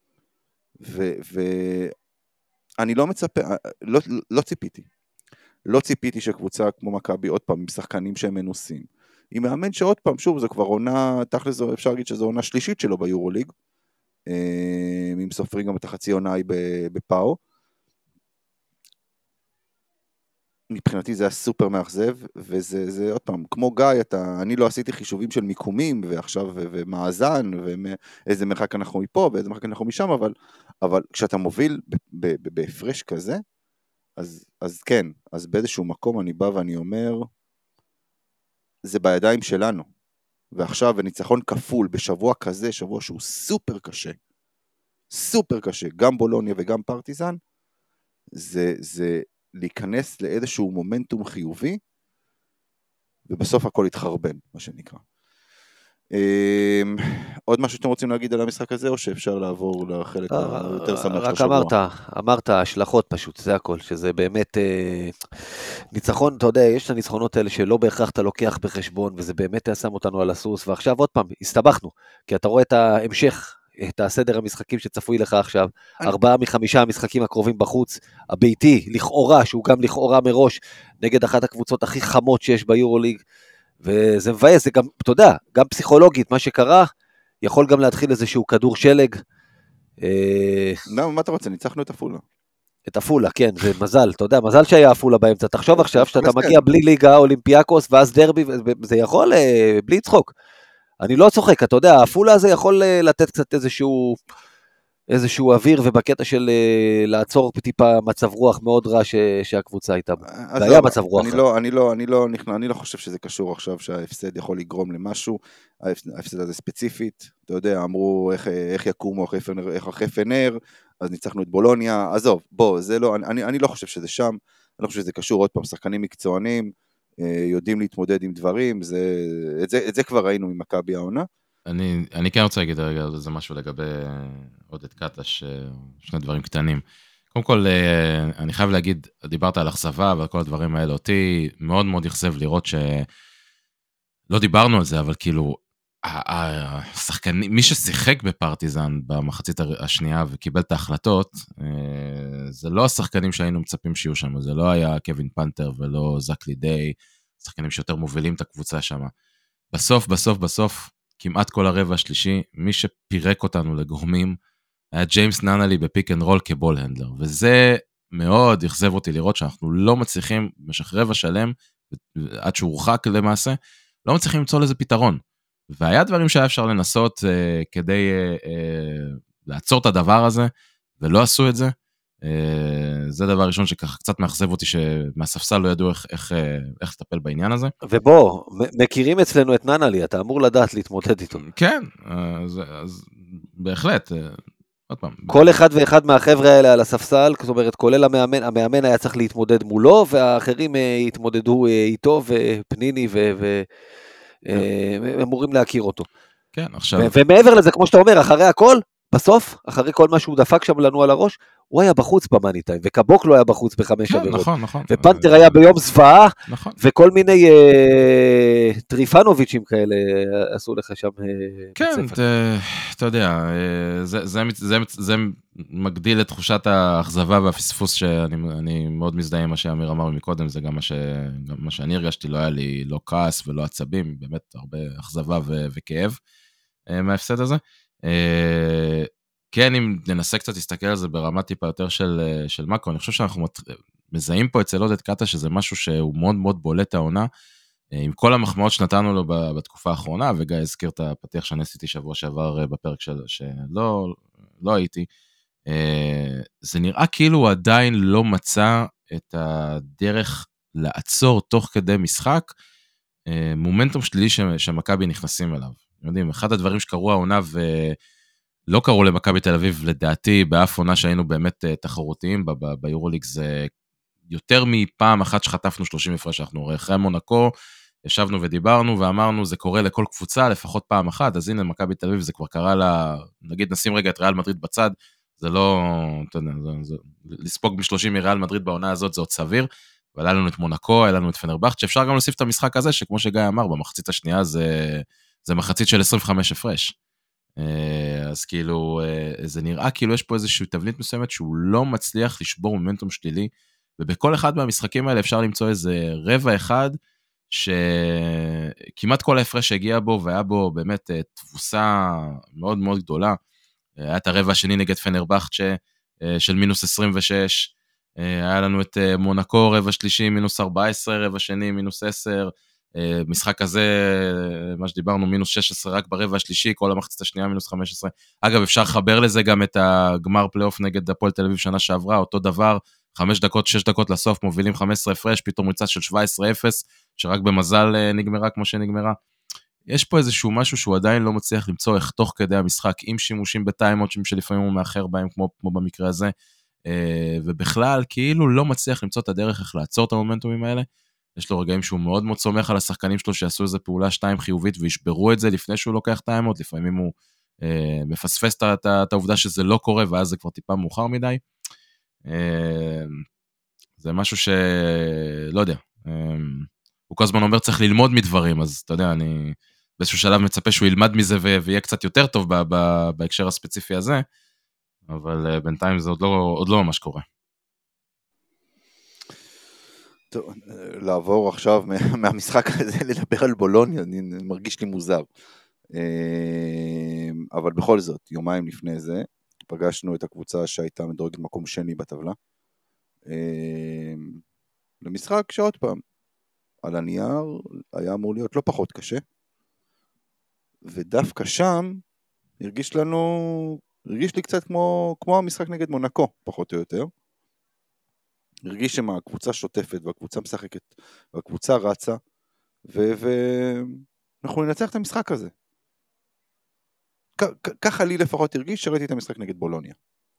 ואני לא מצפה, לא, לא ציפיתי. לא ציפיתי שקבוצה כמו מכבי עוד פעם, עם שחקנים שהם מנוסים. היא מאמן שעוד פעם, שוב, זו כבר עונה, תכל'ס אפשר להגיד שזו עונה שלישית שלו ביורוליג, אם סופרים גם את החצי עונה היא בפאו, מבחינתי זה היה סופר מאכזב, וזה זה, עוד פעם, כמו גיא, אתה, אני לא עשיתי חישובים של מיקומים, ועכשיו, ו, ומאזן, ואיזה מרחק אנחנו מפה, ואיזה מרחק אנחנו משם, אבל, אבל כשאתה מוביל בהפרש כזה, אז, אז כן, אז באיזשהו מקום אני בא ואני אומר, זה בידיים שלנו, ועכשיו בניצחון כפול, בשבוע כזה, שבוע שהוא סופר קשה, סופר קשה, גם בולוניה וגם פרטיזן, זה, זה להיכנס לאיזשהו מומנטום חיובי, ובסוף הכל יתחרבן, מה שנקרא. עוד משהו שאתם רוצים להגיד על המשחק הזה, או שאפשר לעבור לחלק היותר שמח של השבוע? רק אמרת, אמרת השלכות פשוט, זה הכל, שזה באמת ניצחון, אתה יודע, יש את הניצחונות האלה שלא בהכרח אתה לוקח בחשבון, וזה באמת שם אותנו על הסוס, ועכשיו עוד פעם, הסתבכנו, כי אתה רואה את ההמשך, את הסדר המשחקים שצפוי לך עכשיו, אני... ארבעה מחמישה המשחקים הקרובים בחוץ, הביתי, לכאורה, שהוא גם לכאורה מראש, נגד אחת הקבוצות הכי חמות שיש ביורוליג, וזה מבאס, זה גם, אתה יודע, גם פסיכולוגית, מה שקרה, יכול גם להתחיל איזשהו כדור שלג. לא, מה אתה רוצה? ניצחנו את אפולה. את אפולה, כן, זה מזל, אתה יודע, מזל שהיה אפולה באמצע, תחשוב עכשיו שאתה מגיע בלי ליגה, אולימפיאקוס, ואז דרבי, זה יכול, בלי צחוק. אני לא צוחק, אתה יודע, האפולה הזה יכול לתת קצת איזשהו, איזשהו אוויר, ובקטע של לעצור טיפה מצב רוח מאוד רע ש, שהקבוצה הייתה בו. זה היה מצב רוח. אני לא, אני לא, אני לא, אני לא חושב שזה קשור עכשיו שההפסד יכול לגרום למשהו, ההפסד הזה ספציפית, אתה יודע, אמרו איך, איך יקומו, איך החפן נר, אז ניצחנו את בולוניה, עזוב, בוא, זה לא, אני, אני לא חושב שזה שם, אני לא חושב שזה קשור, עוד פעם, שחקנים מקצוענים, יודעים להתמודד עם דברים, זה, את זה, את זה כבר ראינו ממכבי העונה. אני, אני כן רוצה להגיד רגע, זה משהו לגבי עודד קטש, שני דברים קטנים. קודם כל, אני חייב להגיד, דיברת על אכזבה ועל כל הדברים האלה, אותי מאוד מאוד יחזב לראות שלא דיברנו על זה, אבל כאילו, השחקנים, מי ששיחק בפרטיזן במחצית השנייה וקיבל את ההחלטות, זה לא השחקנים שהיינו מצפים שיהיו שם, זה לא היה קווין פנתר ולא זק לידי, שחקנים שיותר מובילים את הקבוצה שם. בסוף, בסוף, בסוף, כמעט כל הרבע השלישי, מי שפירק אותנו לגורמים, היה ג'יימס ננלי בפיק אנד רול כבול הנדלר, וזה מאוד יחזב אותי לראות שאנחנו לא מצליחים, במשך רבע שלם, עד שהוא הורחק למעשה, לא מצליחים למצוא לזה פתרון. והיה דברים שהיה אפשר לנסות uh, כדי uh, uh, לעצור את הדבר הזה, ולא עשו את זה. Uh, זה דבר ראשון שככה קצת מאכזב אותי, שמהספסל לא ידעו איך, איך, איך לטפל בעניין הזה. ובוא, מכירים אצלנו את ננלי, אתה אמור לדעת להתמודד איתו. כן, אז, אז בהחלט, עוד פעם. כל אחד ואחד מהחבר'ה האלה על הספסל, זאת אומרת, כולל המאמן, המאמן היה צריך להתמודד מולו, והאחרים התמודדו איתו, ופניני ו... ו... הם אמורים להכיר אותו. כן, עכשיו... ומעבר לזה, כמו שאתה אומר, אחרי הכל, בסוף, אחרי כל מה שהוא דפק שם לנו על הראש, הוא היה בחוץ במאניטיים, וקבוק לא היה בחוץ בחמש עבירות. כן, נכון, נכון. ופנתר היה ביום זוועה, נכון. וכל מיני טריפנוביצ'ים כאלה עשו לך שם. כן, אתה יודע, זה מגדיל את תחושת האכזבה והפספוס שאני מאוד מזדהה עם מה שאמיר אמר מקודם, זה גם מה שאני הרגשתי, לא היה לי לא כעס ולא עצבים, באמת הרבה אכזבה וכאב מההפסד הזה. כן, אם ננסה קצת להסתכל על זה ברמה טיפה יותר של, של מקו, אני חושב שאנחנו מזהים פה אצל עודד קטש, שזה משהו שהוא מאוד מאוד בולט העונה, עם כל המחמאות שנתנו לו בתקופה האחרונה, וגיא הזכיר את הפתיח שאני עשיתי שבוע שעבר בפרק של, שלא לא הייתי, זה נראה כאילו הוא עדיין לא מצא את הדרך לעצור תוך כדי משחק, מומנטום שלילי שמכבי נכנסים אליו. יודעים, אחד הדברים שקרו העונה ולא קרו למכבי תל אביב, לדעתי, באף עונה שהיינו באמת תחרותיים ביורוליג, זה יותר מפעם אחת שחטפנו שלושים הפרש, אנחנו אחרי מונקו, ישבנו ודיברנו ואמרנו, זה קורה לכל קבוצה, לפחות פעם אחת, אז הנה, מכבי תל אביב, זה כבר קרה לה, נגיד נשים רגע את ריאל מדריד בצד, זה לא, אתה יודע, זה, זה, לספוג מ-שלושים מריאל מדריד בעונה הזאת, זה עוד סביר, אבל היה לנו את מונקו, היה לנו את פנרבכט, שאפשר גם להוסיף את המשחק הזה, שכמו שגיא אמר, במחצית השנייה זה, זה מחצית של עשרים וחמש הפרש. אז כאילו, זה נראה כאילו יש פה איזושהי תבנית מסוימת, שהוא לא מצליח לשבור מומנטום שלילי, ובכל אחד מהמשחקים האלה אפשר למצוא איזה רבע אחד, שכמעט כל ההפרש שהגיע בו, והיה בו באמת תבוסה מאוד מאוד גדולה, היה את הרבע השני נגד פנרבכט של מינוס עשרים ושש, היה לנו את מונקו רבע שלישי מינוס ארבע עשרה, רבע שני מינוס עשר, משחק הזה, מה שדיברנו, מינוס שש עשרה רק ברבע השלישי, כל המחצית השנייה מינוס חמש עשרה. אגב, אפשר לחבר לזה גם את הגמר פלייאוף נגד הפועל תל אביב שנה שעברה, אותו דבר, חמש דקות, שש דקות לסוף, מובילים חמש עשרה הפרש, פתאום ריצה של שבע עשרה אפס, שרק במזל נגמרה כמו שנגמרה. יש פה איזשהו משהו שהוא עדיין לא מצליח למצוא איך תוך כדי המשחק, עם שימושים בטיימות שלפעמים הוא מאחר בהם, כמו, כמו במקרה הזה, ובכלל, כאילו לא מצליח למצוא את הדרך איך לעצור את המומנטומים האלה. יש לו רגעים שהוא מאוד מאוד סומך על השחקנים שלו, שיעשו איזו פעולה שתיים חיובית, וישברו את זה לפני שהוא לוקח טיימות, לפעמים הוא אה, מפספס את, את, את העובדה שזה לא קורה, ואז זה כבר טיפה מאוחר מדי. אה, זה משהו שלא יודע, אה, הוא כל הזמן אומר צריך ללמוד מדברים, אז אתה יודע, אני באיזשהו שלב מצפה שהוא ילמד מזה, ו- ויהיה קצת יותר טוב ב- ב- בהקשר הספציפי הזה, אבל אה, בינתיים זה עוד לא, עוד לא ממש קורה. טוב, לעבור עכשיו מהמשחק הזה לדבר על בולוניה, אני מרגיש לי מוזר. אבל בכל זאת, יומיים לפני זה, פגשנו את הקבוצה שהייתה מדורגת מקום שני בטבלה. למשחק שעוד פעם, על הנייר היה אמור להיות לא פחות קשה. ודווקא שם הרגיש לנו, הרגיש לי קצת כמו, כמו המשחק נגד מונקו, פחות או יותר. הרגיש שמה, הקבוצה שוטפת, והקבוצה משחקת, והקבוצה רצה, ואנחנו ננצח את המשחק הזה. ככה לי לפחות הרגיש שראיתי את המשחק נגד בולוניה.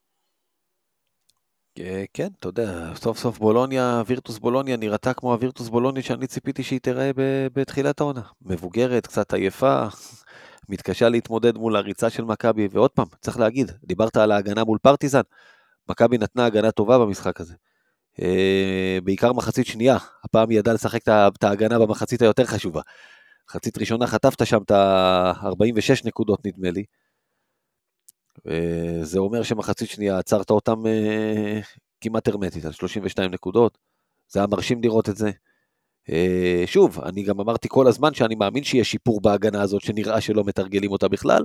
כן, אתה יודע, סוף סוף בולוניה, וירטוס בולוניה, נראתה כמו הווירטוס בולוניה שאני ציפיתי שהיא תראה בתחילת העונה. מבוגרת, קצת עייפה, מתקשה להתמודד מול הריצה של מכבי, ועוד פעם, צריך להגיד, דיברת על ההגנה מול פרטיזן, מכבי נתנה הגנה טובה במשחק הזה. בעיקר מחצית שנייה, הפעם היא ידעה לשחק את ההגנה במחצית היותר חשובה. מחצית ראשונה חטפת שם את ה-ארבעים ושש נקודות נדמה לי, זה אומר שמחצית שנייה עצרת אותם כמעט הרמטית, על שלושים ושתיים נקודות, זה היה מרשים לראות את זה. שוב, אני גם אמרתי כל הזמן שאני מאמין שיש שיפור בהגנה הזאת, שנראה שלא מתרגלים אותה בכלל.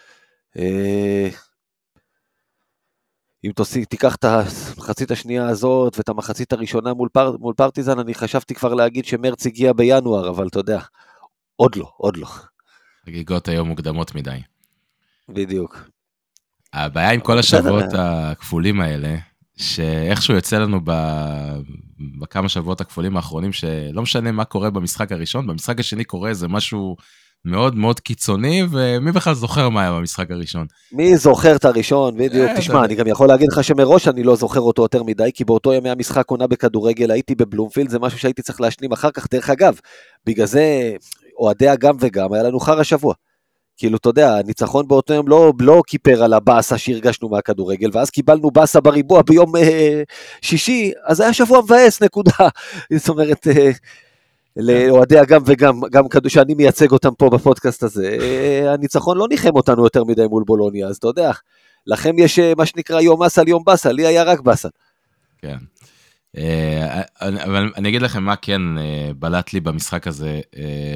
אם תיקח את המחצית השנייה הזאת, ואת המחצית הראשונה מול, פר, מול פרטיזן, אני חשבתי כבר להגיד שמרץ הגיע בינואר, אבל אתה יודע, עוד לא, עוד לא. חגיגות היום מוקדמות מדי. בדיוק. הבעיה עם כל השבועות הכפולים האלה, שאיכשהו יוצא לנו בכמה שבועות הכפולים האחרונים, שלא משנה מה קורה במשחק הראשון, במשחק השני קורה איזה משהו מאוד מאוד קיצוני, ומי בכלל זוכר מה היה במשחק הראשון? מי זוכר את הראשון, בדיוק, תשמע, אני גם יכול להגיד לך שמראש אני לא זוכר אותו יותר מדי, כי באותו ימי המשחק עונה בכדורגל, הייתי בבלומפילד, זה משהו שהייתי צריך להשלים אחר כך, דרך אגב, בגלל זה, אוהדי הגם וגם, היה לנו חר השבוע. כאילו, אתה יודע, הניצחון באותו יום לא, לא כיפר על הבאסה שהרגשנו מהכדורגל, ואז קיבלנו באסה בריבוע ביום אה, שישי, אז היה שבוע מבאס, נקודה. זאת אומרת, אה, לאוהדי הגם וגם, גם שאני מייצג אותם פה בפודקאסט הזה, אה, הניצחון לא ניחם אותנו יותר מדי מול בולוניה, אז אתה יודע, לכם יש מה שנקרא יום אסל, יום באסה, לי היה רק באסה. כן. אה, אבל אני אגיד לכם מה כן אה, בלט לי במשחק הזה. אה,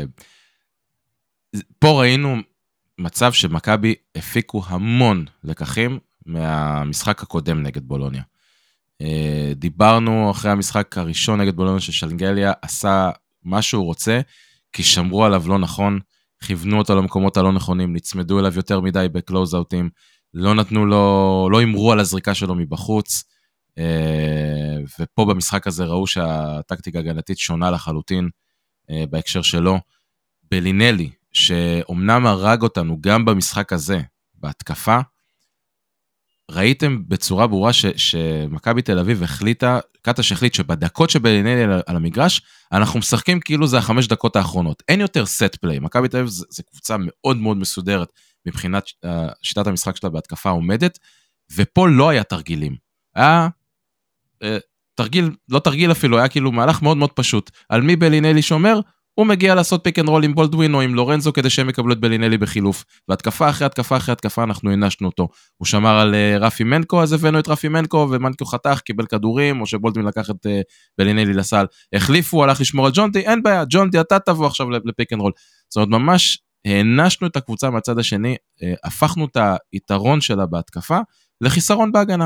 פה ראינו מצב שמכבי הפיקו המון לקחים מהמשחק הקודם נגד בולוניה. דיברנו אחרי המשחק הראשון נגד בולוניה ששלנגליה עשה מה שהוא רוצה, כי שמרו עליו לא נכון, כיוונו אותו למקומות הלא נכונים, נצמדו אליו יותר מדי בקלוז-אוטים, לא נתנו לו, לא אמרו על הזריקה שלו מבחוץ, ופה במשחק הזה ראו שהטקטיקה הגנתית שונה לחלוטין בהקשר שלו. בלינלי, שאומנם הרג אותנו גם במשחק הזה, בהתקפה, ראיתם בצורה ברורה ש, שמכבי תל אביב החליטה, קטש החליט שבדקות שבלינלי על, על המגרש, אנחנו משחקים כאילו זה החמש דקות האחרונות. אין יותר סט פליי. מכבי תל אביב זה, זה קבוצה מאוד מאוד מסודרת, מבחינת uh, שיטת המשחק שלה בהתקפה עומדת, ופה לא היה תרגילים. היה uh, תרגיל, לא תרגיל אפילו, היה כאילו מהלך מאוד מאוד פשוט. על מי בלינלי שומר? הוא מגיע לעשות פיק אנד רול עם בולדווין או עם לורנזו, כדי שהם יקבלו את בלינלי בחילוף, והתקפה אחרי התקפה אחרי התקפה אנחנו הנשנו אותו, הוא שמר על uh, רפי מנקו, אז הבאנו את רפי מנקו, ומנקו חתך, קיבל כדורים, או שבולדווין לקח את uh, בלינלי לסל, החליפו, הלך לשמור על ג'ונטי, אין בעיה, ג'ונטי אתה תבוא עכשיו לפיק אנד רול, זאת אומרת ממש הנשנו את הקבוצה מהצד השני, uh, הפכנו את היתרון שלה בהתקפה, לחיסרון בהגנה,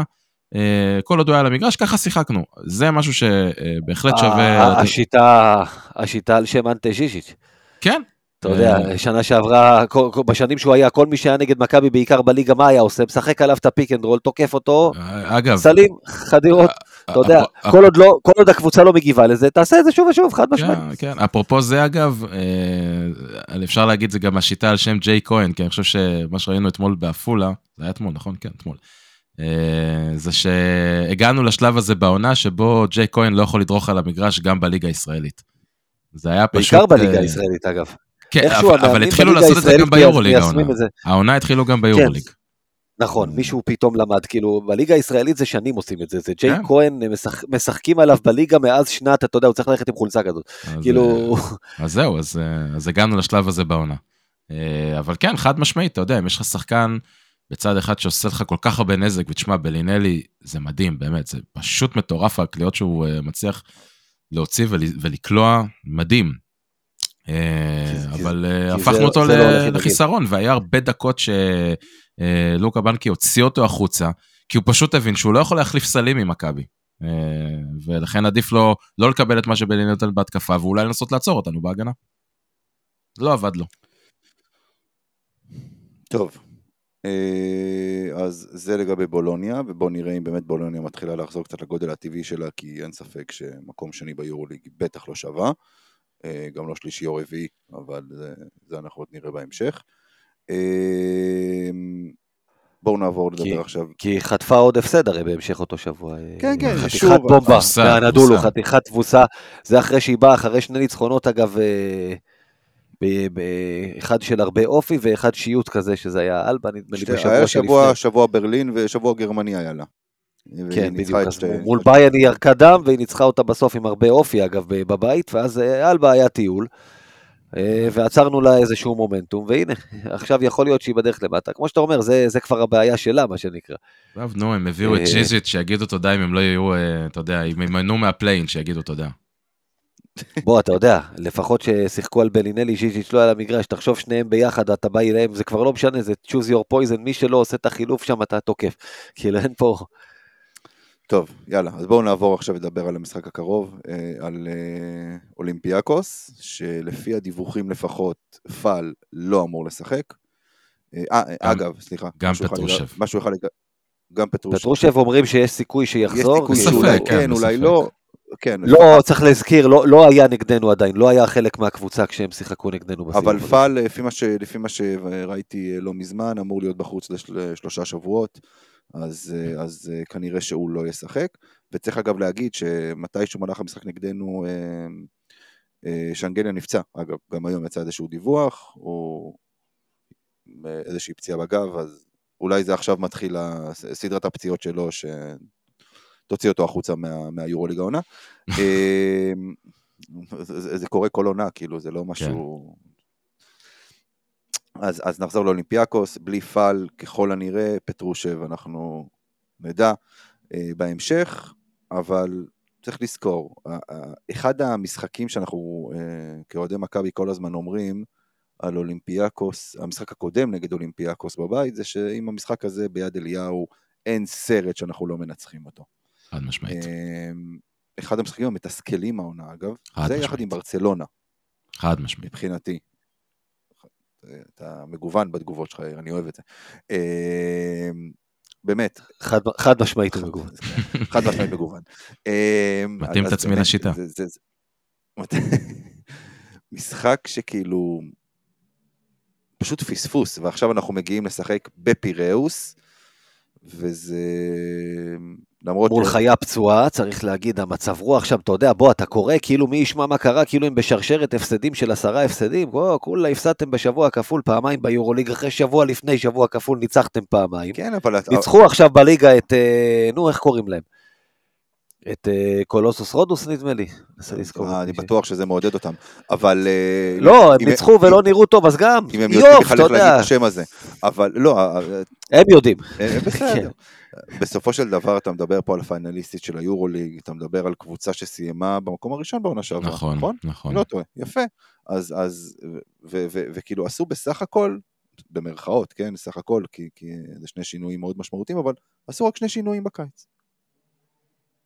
כל עוד הוא היה למגרש, ככה שיחקנו. זה משהו שבהחלט שווה... השיטה, השיטה על שם אנטה ז'יז'יץ'. כן. אתה יודע, שנה שעברה, בשנים שהוא היה, כל מי שהיה נגד מכבי, בעיקר בליגה, מה היה עושה? משחק עליו את הפיק אנד רול, תוקף אותו, אגב, סלים, חדירות, אתה יודע, כל עוד, לא, כל עוד הקבוצה לא מגיבה לזה, תעשה את זה שוב ושוב, חד משמעית. כן, כן, אפרופו זה אגב, אפשר להגיד זה גם השיטה על שם ג'יי כהן, כי אני חושב שמה שראינו אתמול באפולה, זה היה אתמול, נכון? כן, אתמול. זה שהגענו לשלב הזה בעונה, שבו ג'יי כהן לא יכול לדרוך על המגרש גם בליגה הישראלית. זה היה פשוט... בעיקר בליגה הישראלית אגב. כן, אבל התחילו לעשות את זה גם ביורוליג העונה. העונה התחילו גם ביורוליג. נכון, מישהו פתאום למד, כאילו, בליגה הישראלית זה שנים עושים את זה, זה ג'יי כהן, משחקים עליו בליגה מאז שנת, אתה יודע, הוא צריך ללכת עם חולצה כזאת, כאילו... אז זהו, אז הגענו לשלב הזה בעונה. אבל כן, חד משמעית, אתה יודע, אם יש לך שחקן בצד אחד שעושה לך כל כך הרבה נזק, ותשמע, בלינלי זה מדהים, באמת, זה פשוט מטורף, הקליעות שהוא מצליח להוציא ולקלוע, מדהים. אבל הפכנו אותו לחיסרון, והיה הרבה דקות שלוקה בנקי הוציא אותו החוצה, כי הוא פשוט הבין שהוא לא יכול להחליף סלים עם מכבי, ולכן עדיף לו לא לקבל את מה שבלינלי נותן בהתקפה, ואולי לנסות לעצור אותנו בהגנה. לא עבד לו. טוב, אז זה לגבי בולוניה, ובואו נראה אם באמת בולוניה מתחילה לחזור קצת לגודל הטבעי שלה, כי אין ספק שמקום שני ביורוליג בטח לא שווה, גם לא שלישי או רביעי, אבל זה, זה אנחנו עוד נראה בהמשך. בואו נעבור לדבר כי, עכשיו. כי חטפה עוד הפסד הרי בהמשך אותו שבוע. כן, כן, חתיכת שוב. בומבה, מהנדולו, חתיכת תבוסה, זה אחרי שהיא באה, אחרי שני ניצחונות אגב, באחד של הרבה אופי, ואחד שיוט כזה, שזה היה אלבה, נדמה לי בשבוע היה שבוע, שבוע ברלין, ושבוע גרמניה היה לה. כן, בדיוק, מול ביין היא ירקה דם, והיא ניצחה אותה בסוף עם הרבה אופי, אגב, בבית, ואז אלבה היה טיול, ועצרנו לה איזשהו מומנטום, והנה, עכשיו יכול להיות שהיא בדרך למטה, כמו שאתה אומר, זה, זה כבר הבעיה שלה, מה שנקרא. טוב, נו, הם הביאו את ג'יז'יט, שיגידו תודה אם הם לא יהיו, אתה יודע, אם הם ימנו מהפליין, שיגידו תודה. בוא, אתה יודע, לפחות ששיחקו על בלינלי, ז'יז'יץ' לא היה למגרש, תחשוב שניהם ביחד, אתה בא אליהם, זה כבר לא משנה, זה choose your poison, מי שלא עושה את החילוף שם, אתה תוקף, כאילו אין פה... טוב, יאללה, אז בואו נעבור עכשיו לדבר על המשחק הקרוב, על אולימפיאקוס, שלפי הדיווחים לפחות, פאל לא אמור לשחק. אגב, סליחה. גם פטרושב. משהו אחד, גם פטרושב. פטרושב אומרים שיש סיכוי שיחזור. יש סיכוי שאולי כן, אולי לא. כן. לא, צריך להזכיר, לא היה נגדנו עדיין, לא היה חלק מהקבוצה כשהם שיחקו נגדנו בסיבוב. אבל פאל, לפי מה שראיתי לא מזמן, אמור להיות בחוץ לשלושה שבועות. אז, אז כנראה שהוא לא ישחק, וצריך אגב להגיד שמתישהו מלך המשחק נגדנו שאנגליה נפצע, אגב גם היום יצא איזשהו דיווח, או איזושהי פציעה בגב, אז אולי זה עכשיו מתחיל סדרת הפציעות שלו, שתוציא אותו החוצה מה, מהיורוליג העונה, זה, זה קורה כל עונה, כאילו זה לא משהו... אז, אז נחזור לאולימפיאקוס, בלי פאל ככל הנראה, פטרושב אנחנו נדע אה, בהמשך, אבל צריך לזכור, אה, אה, אחד המשחקים שאנחנו אה, כאוהדי מכבי כל הזמן אומרים על אולימפיאקוס, המשחק הקודם נגד אולימפיאקוס בבית, זה שאם המשחק הזה ביד אליהו אין סרט שאנחנו לא מנצחים אותו. חד משמעית. אה, אחד המשחקים המתסכלים העונה אגב, זה משמעית. יחד עם ברצלונה. חד משמעית. מבחינתי. אתה מגוון בתגובות שלך, אני אוהב את זה. באמת. חד משמעית מגוון. חד משמעית מגוון. מתאים את עצמי לשיטה. משחק שכאילו פשוט פספוס, ועכשיו אנחנו מגיעים לשחק בפיראוס, וזה... מול חיה פצועה, צריך להגיד, המצב רוח עכשיו, אתה יודע, בוא, אתה קורא, כאילו מי ישמע מה קרה, כאילו הם בשרשרת הפסדים של עשרה הפסדים, בוא, כולה הפסדתם בשבוע כפול פעמיים ביורוליג, אחרי שבוע לפני שבוע כפול ניצחתם פעמיים. כן, אבל... ניצחו עכשיו בליגה את, נו, איך קוראים להם? את קולוסוס רודוס נדמה לי, נסה לזכור. אני בטוח שזה מעודד אותם, אבל... לא, הם ניצחו ולא נראו טוב, אז גם, יופ, אתה יודע. להגיד את השם הזה, אבל לא... הם יודעים. בסדר. בסופו של דבר אתה מדבר פה על הפיינליסטית של היורוליג, אתה מדבר על קבוצה שסיימה במקום הראשון בעונה שעברה, נכון? נכון, נכון. לא טועה, יפה. אז, אז, וכאילו עשו בסך הכל, במרכאות, כן, בסך הכל, כי זה שני שינויים מאוד משמעותיים, אבל עשו רק שני שינויים בקיץ.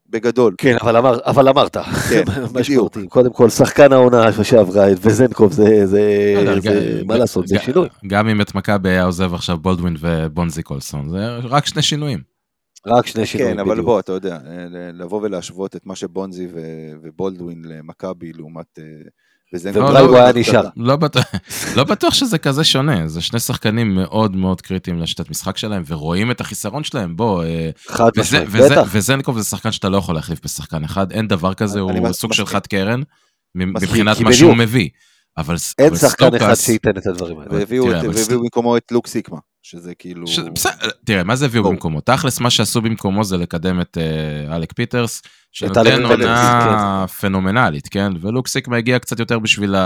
בגדול. כן, אבל, אמר, אבל אמרת, כן, בדיוק. קודם כל, שחקן העונה שעברה את וזנקוב, זה, זה, זה, זה מה לעשות, זה שינוי. גם אם את מכבי היה עוזב עכשיו בולדווין ובונזי קולסון, זה רק שני שינויים. רק שני שינויים, כן, אבל בוא, אתה יודע, לבוא ולהשוות את מה שבונזי ובולדווין למכבי לעומת וזנקוב. וברייבו היה נשאר. לא בטוח שזה כזה שונה, זה שני שחקנים מאוד מאוד קריטיים לשיטת משחק שלהם, ורואים את החיסרון שלהם, בוא, וזנקוב זה שחקן שאתה לא יכול להחליף בשחקן אחד, אין דבר כזה, הוא סוג של חד קרן, מבחינת מה שהוא מביא. אין שחקן אחד שייתן את הדברים האלה. והביאו במקומו את לוק סיקמה, שזה כאילו... תראה, מה זה הביאו במקומו? תכלס מה שעשו במקומו זה לקדם את אלק פיטרס, שנותן עונה פנומנלית, כן? ולוק סיקמה הגיע קצת יותר בשביל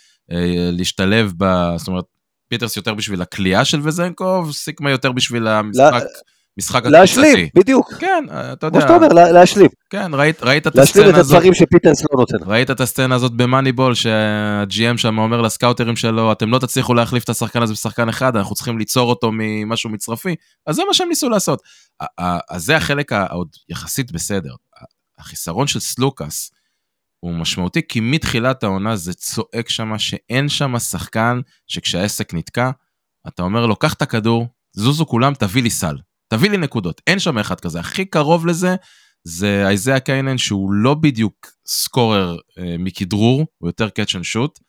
להשתלב, זאת אומרת, פיטרס יותר בשביל הקליעה של וזנקוב, סיקמה יותר בשביל המשחק... משחק להשלים, בדיוק. כן, אתה יודע. כמו שאתה אומר, להשלים. כן, ראית, ראית את להשלים הסצנה את הדברים שפיטרס לא נותן. ראית את הסצנה הזאת במאניבול, שה-ג'י אם שם אומר לסקאוטרים שלו, אתם לא תצליחו להחליף את השחקן הזה בשחקן אחד, אנחנו צריכים ליצור אותו ממשהו מצרפי, אז זה מה שהם ניסו לעשות. אז זה החלק העוד יחסית בסדר. החיסרון של סלוקאס הוא משמעותי, כי מתחילת העונה זה צועק שמה, שאין שם שחקן שכשהעסק נתקע, אתה אומר לו, קח את הכדור, זוזו כולם, תביא לי סל. תביא לי נקודות, אין שם אחד כזה, הכי קרוב לזה, זה איזיה קיינן, שהוא לא בדיוק סקורר אה, מכדרור, הוא יותר catch and shoot,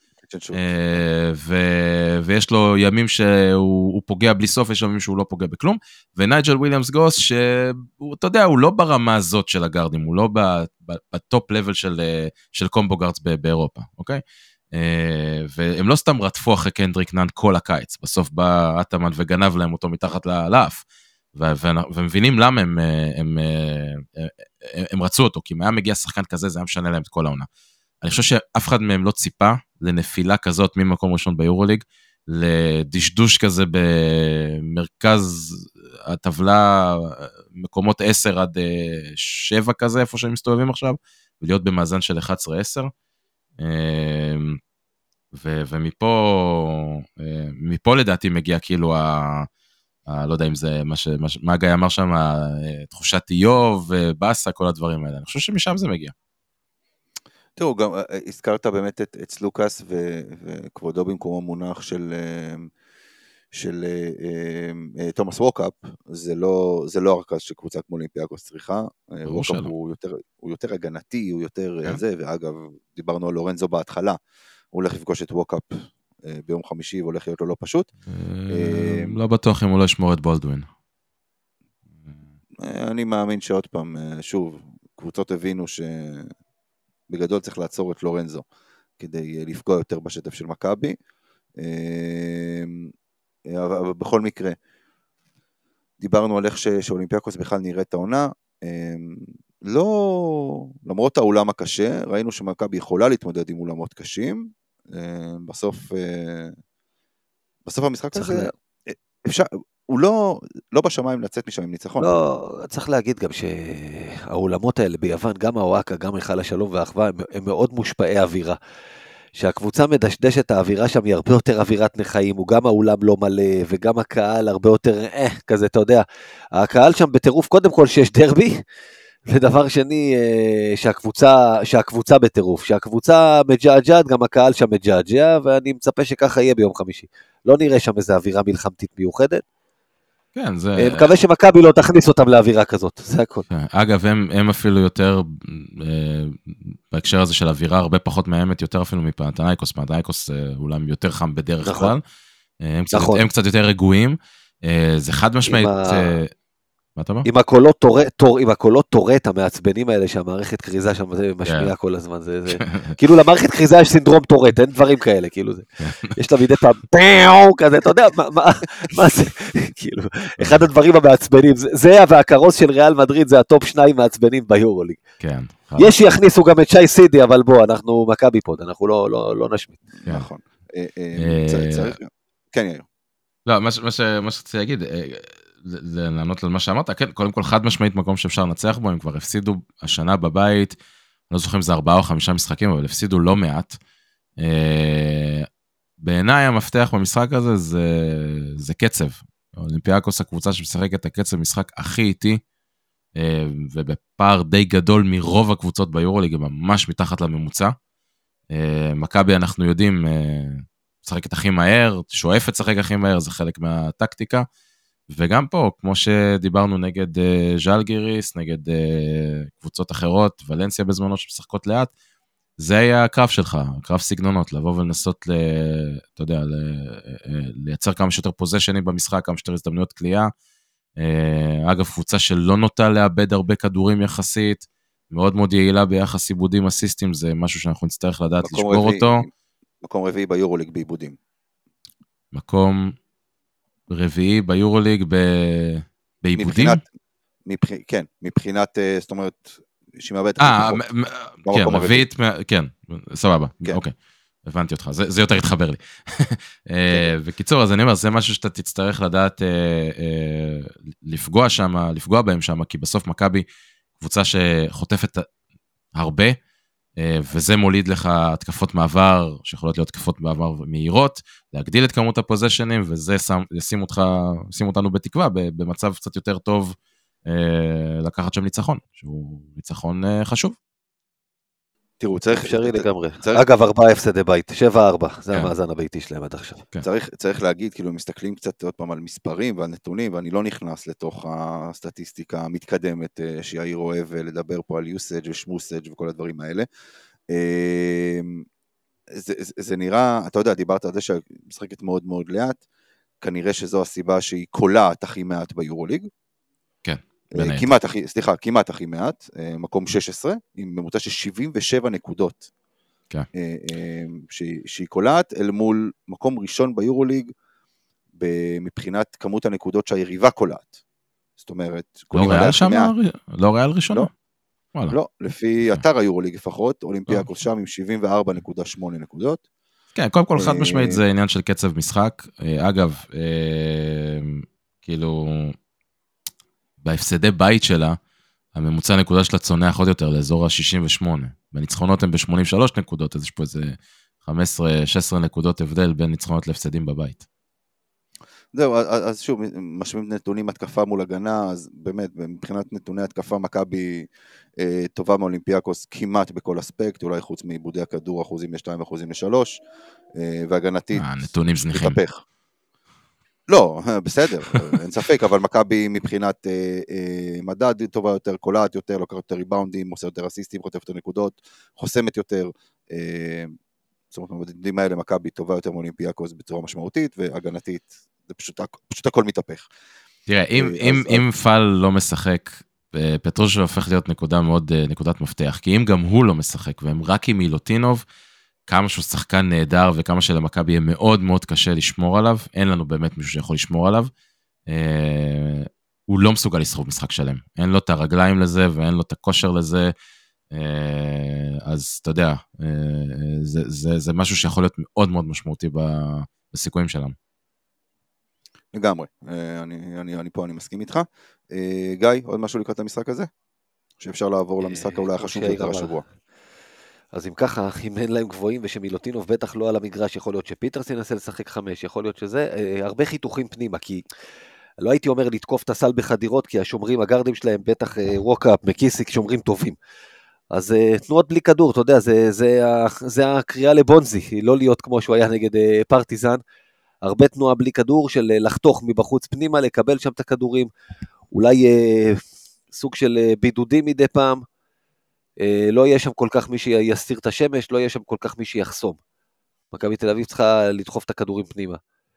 אה, ו- ויש לו ימים שהוא פוגע בלי סוף, יש לו ימים שהוא לא פוגע בכלום, ונייג'ל וויליאמס גוס, שאתה יודע, הוא לא ברמה הזאת של הגארדים, הוא לא בטופ לבל של, של קומבו גארדס באירופה, אוקיי? Uh, והם לא סתם רדפו אחרי קנדריק נאן כל הקיץ, בסוף בא אטמן וגנב להם אותו מתחת לאף, ומבינים למה הם, הם, הם, הם רצו אותו, כי אם היה מגיע שחקן כזה, זה היה משנה להם את כל העונה. אני חושב שאף אחד מהם לא ציפה לנפילה כזאת ממקום ראשון ביורוליג, לדשדוש כזה במרכז הטבלה, מקומות עשר עד שבע כזה, איפה שהם מסתובבים עכשיו, ולהיות במאזן של אחת עשרה עשר. ו- ומפה, מפה לדעתי מגיע כאילו ה... לא יודע אם זה מה, ש, מה, מה גיא אמר שם, תחושת איוב, בסה, כל הדברים האלה. אני חושב שמשם זה מגיע. תראו, גם הזכרת באמת את, את סלוקאס ו, וכבודו במקומו מונח של, של תומאס ווקאפ, זה לא, זה לא הרכז של קבוצה כמו אולימפיאקוס צריכה, ווקאפ הוא יותר, הוא יותר הגנתי, הוא יותר כן. זה, ואגב, דיברנו על לורנזו בהתחלה, הוא הולך לפגוש את ווקאפ, ביום חמישי, והולך להיות לו לא פשוט. לא בטוח אם הוא לא ישמור את בולדווין. אני מאמין שעוד פעם, שוב, קבוצות הבינו שבגדול צריך לעצור את לורנזו, כדי לפגוע יותר בשטף של מכבי. אבל בכל מקרה, דיברנו על איך שאולימפיאקוס בכלל נראה את העונה, לא, למרות העולם הקשה, ראינו שמכבי יכולה להתמודד עם אולמות קשים, בסוף, בסוף המשחק הזה, אפשר, הוא לא, לא בשמיים לצאת משם עם ניצחון. לא, צריך להגיד גם שהאולמות האלה ביוון, גם האוהקה, גם היכל השלום והאחווה, הם, הם מאוד מושפעי אווירה. שהקבוצה מדשדשת, האווירה שם היא הרבה יותר אווירת נחיים, הוא גם האולם לא מלא, וגם הקהל הרבה יותר, אה, כזה, אתה יודע, הקהל שם בטירוף, קודם כל שיש דרבי, ודבר שני, שהקבוצה, שהקבוצה בטירוף, שהקבוצה מג'עג'עת, גם הקהל שם מג'עג'ע, ואני מצפה שככה יהיה ביום חמישי. לא נראה שם איזו אווירה מלחמתית מיוחדת. כן, זה... מקווה שמכבי לא תכניס אותם לאווירה כזאת, זה הכל. אגב, הם, הם אפילו יותר, בהקשר הזה של אווירה, הרבה פחות מהאמת, יותר אפילו מפנתנייקוס, פנתנייקוס אולי יותר חם בדרך כלל. נכון. הם קצת, נכון. הם קצת יותר רגועים. זה חד משמעית... מה אתה אומר? עם הקולות תורט, עם הקולות תורט המעצבנים האלה שהמערכת קריזה שם משמיעה כל הזמן, זה, זה, כאילו למערכת קריזה יש סינדרום תורט, אין דברים כאלה, כאילו זה, יש לה מדי פעם, פאו, כזה, אתה יודע, מה, מה, מה זה, כאילו, אחד הדברים המעצבנים, זה והקרוס של ריאל מדריד, זה הטופ שניים מעצבנים ביורוליג. כן. יש שיכניסו גם את שי סידי, אבל בוא, אנחנו מכבי פוד, אנחנו לא, לא, לא נשמיט. נכון. צריך, כן, יאיר. לא, מה שרציתי להגיד, לענות על מה שאמרת, כן, קודם כל חד משמעית מקום שאפשר לנצח בו, הם כבר הפסידו השנה בבית, לא זוכרים אם זה ארבעה או חמישה משחקים, אבל הפסידו לא מעט. בעיניי המפתח במשחק הזה זה, זה קצב. אולימפיאקוס הקבוצה שמשחקת את הקצב משחק הכי איטי, ובפער די גדול מרוב הקבוצות ביורוליג, ממש מתחת לממוצע. מכבי אנחנו יודעים, משחקת הכי מהר, שואפת לשחק הכי מהר, זה חלק מהטקטיקה, וגם פה, כמו שדיברנו נגד ז'אלגיריס, נגד קבוצות אחרות, ולנסיה בזמנו שמשחקות לאט, זה היה הקרב שלך, הקרב סגנונות, לבוא ולנסות, ל, אתה יודע, ל, לייצר כמה שיותר פוזיישנים במשחק, כמה שיותר הזדמנויות קליעה. אגב, קבוצה שלא נוטה לאבד הרבה כדורים יחסית, מאוד מאוד יעילה ביחס עיבודים אסיסטים, זה משהו שאנחנו נצטרך לדעת לשבור רביעי, אותו. מקום רביעי ביורוליג בעיבודים. מקום רביעי ביורוליג ב... בעיבודים? מבחינת, מבח... כן, מבחינת, זאת אומרת, שמאבד... אה, כן, רביעית, כן, סבבה, כן. אוקיי, הבנתי אותך, זה, זה יותר התחבר לי. בקיצור, אז אני אומר, זה משהו שאתה תצטרך לדעת לפגוע שם, לפגוע בהם שם, כי בסוף מכבי קבוצה שחוטפת הרבה, וזה מוליד לך התקפות מעבר, שיכולות להיות התקפות מעבר מהירות, להגדיל את כמות הפוזיישנים, וזה ישים אותך, ישים אותנו בתקווה, במצב קצת יותר טוב, לקחת שם ניצחון, שהוא ניצחון חשוב. תראו, צריך... אפשרי לגמרי. אגב, ארבעה הפסדי בית, שבע ארבע, זה המאזן הביתי שלהם עד עכשיו. צריך להגיד, כאילו, מסתכלים קצת עוד פעם על מספרים ועל נתונים, ואני לא נכנס לתוך הסטטיסטיקה המתקדמת שיאיר אוהב לדבר פה על usage ושמוסage וכל הדברים האלה. זה נראה, אתה יודע, דיברת על זה שמשחקת מאוד מאוד לאט, כנראה שזו הסיבה שהיא קולעת הכי מעט ביורוליג. כן. כמעט הכי, סליחה, כמעט הכי מעט, מקום שש עשרה, עם ממוצע של שבעים ושבע נקודות, כן. שהיא קולעת, אל מול מקום ראשון ביורוליג, מבחינת כמות הנקודות שהיריבה קולעת. זאת אומרת, לא ריאל שם, לא ריאל ראשונה? לא, לפי אתר היורוליג לפחות, אולימפיאקוס שם עם שבעים וארבע נקודה שמונה נקודות. כן, קודם כל חד משמעית זה עניין של קצב משחק, אגב, כאילו... בהפסדי בית שלה, הממוצע נקודה שלה צונח עוד יותר לאזור ה-שישים ושמונה. בניצחונות הם ב-שמונים ושלוש נקודות, אז יש פה איזה חמש עשרה שש עשרה נקודות הבדל בין ניצחונות להפסדים בבית. זהו, אז שוב, משווים נתונים התקפה מול הגנה, אז באמת, מבחינת נתוני התקפה, מכבי אה, טובה מאולימפיאקוס כמעט בכל אספקט, אולי חוץ מעיבודי הכדור, אחוזים לשתיים, אחוזים לשלוש, אה, והגנתית, אה, נתונים זניחים. מתהפך. לא, בסדר, אין ספק, אבל מכבי מבחינת אה, אה, מדד טובה יותר, קולעת יותר, לוקחת יותר ריבאונדים, עושה יותר אסיסטים, חוטפת יותר נקודות, חוסמת יותר, אה, זאת אומרת, במדדים האלה מכבי טובה יותר מאולימפיאקוס בצורה משמעותית, והגנתית, זה פשוט, פשוט הכל מתהפך. תראה, אם, אז, אם, אז... אם פל לא משחק, פטרוז'ה הופך להיות נקודה מאוד, נקודת מפתח, כי אם גם הוא לא משחק, והם רק עם מילוטינוב, כמה שהוא שחקן נהדר, וכמה שלמכבי יהיה מאוד מאוד קשה לשמור עליו, אין לנו באמת מישהו שיכול לשמור עליו, אה, הוא לא מסוגל לסחוב משחק שלם, אין לו את הרגליים לזה, ואין לו את הכושר לזה, אה, אז אתה יודע, אה, זה, זה, זה משהו שיכול להיות מאוד מאוד משמעותי בסיכויים שלנו. לגמרי, אה, אני, אני, אני פה, אני מסכים איתך. אה, גיא, עוד משהו לקראת המשחק הזה? שאפשר לעבור למשחק אולי החשוב ביותר השבוע. אז אם ככה, אם אין להם גבוהים ושמילוטינוב בטח לא על המגרש, יכול להיות שפיטרס ינסה לשחק חמש, יכול להיות שזה, הרבה חיתוכים פנימה, כי לא הייתי אומר לתקוף את הסל בחדירות, כי השומרים, הגרדים שלהם בטח ווקאפ, מקיסיק, שומרים טובים. אז תנועות בלי כדור, אתה יודע, זה, זה, זה הקריאה לבונזי, לא להיות כמו שהוא היה נגד פרטיזן, הרבה תנועה בלי כדור של לחתוך מבחוץ פנימה, לקבל שם את הכדורים, אולי סוג של בידודים מדי פעם, לא יהיה שם כל כך מי שיסתיר את השמש, לא יהיה שם כל כך מי שיחסום. מכבי תל אביב צריכה לדחוף את הכדורים פנימה.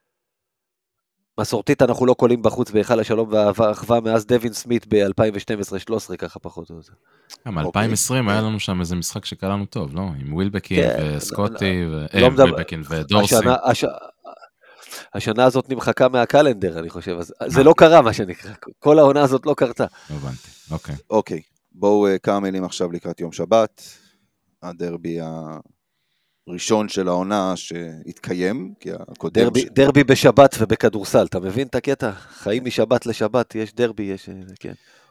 מסורתית אנחנו לא קולים בחוץ בהיכל השלום והאחווה מאז דווין סמית ב-אלפיים ושתים עשרה שלוש עשרה, ככה פחות או יותר. ב-אלפיים ועשרים היה לנו שם איזה משחק שקלענו טוב, לא? עם ווילבקין וסקוטי, ווילבקין ודורסי. השנה הזאת נמחקה מהקלנדר, אני חושב. זה לא קרה, מה שנקרא. כל העונה הזאת לא קרתה. הבנתי, אוקיי. אוקיי. בואו כמה מילים עכשיו לקראת יום שבת, הדרבי הראשון של העונה שהתקיים, כי הקודם... דרבי, ש... דרבי בשבת ובכדורסל, אתה מבין את הקטע? חיים משבת לשבת, יש דרבי, יש... כן.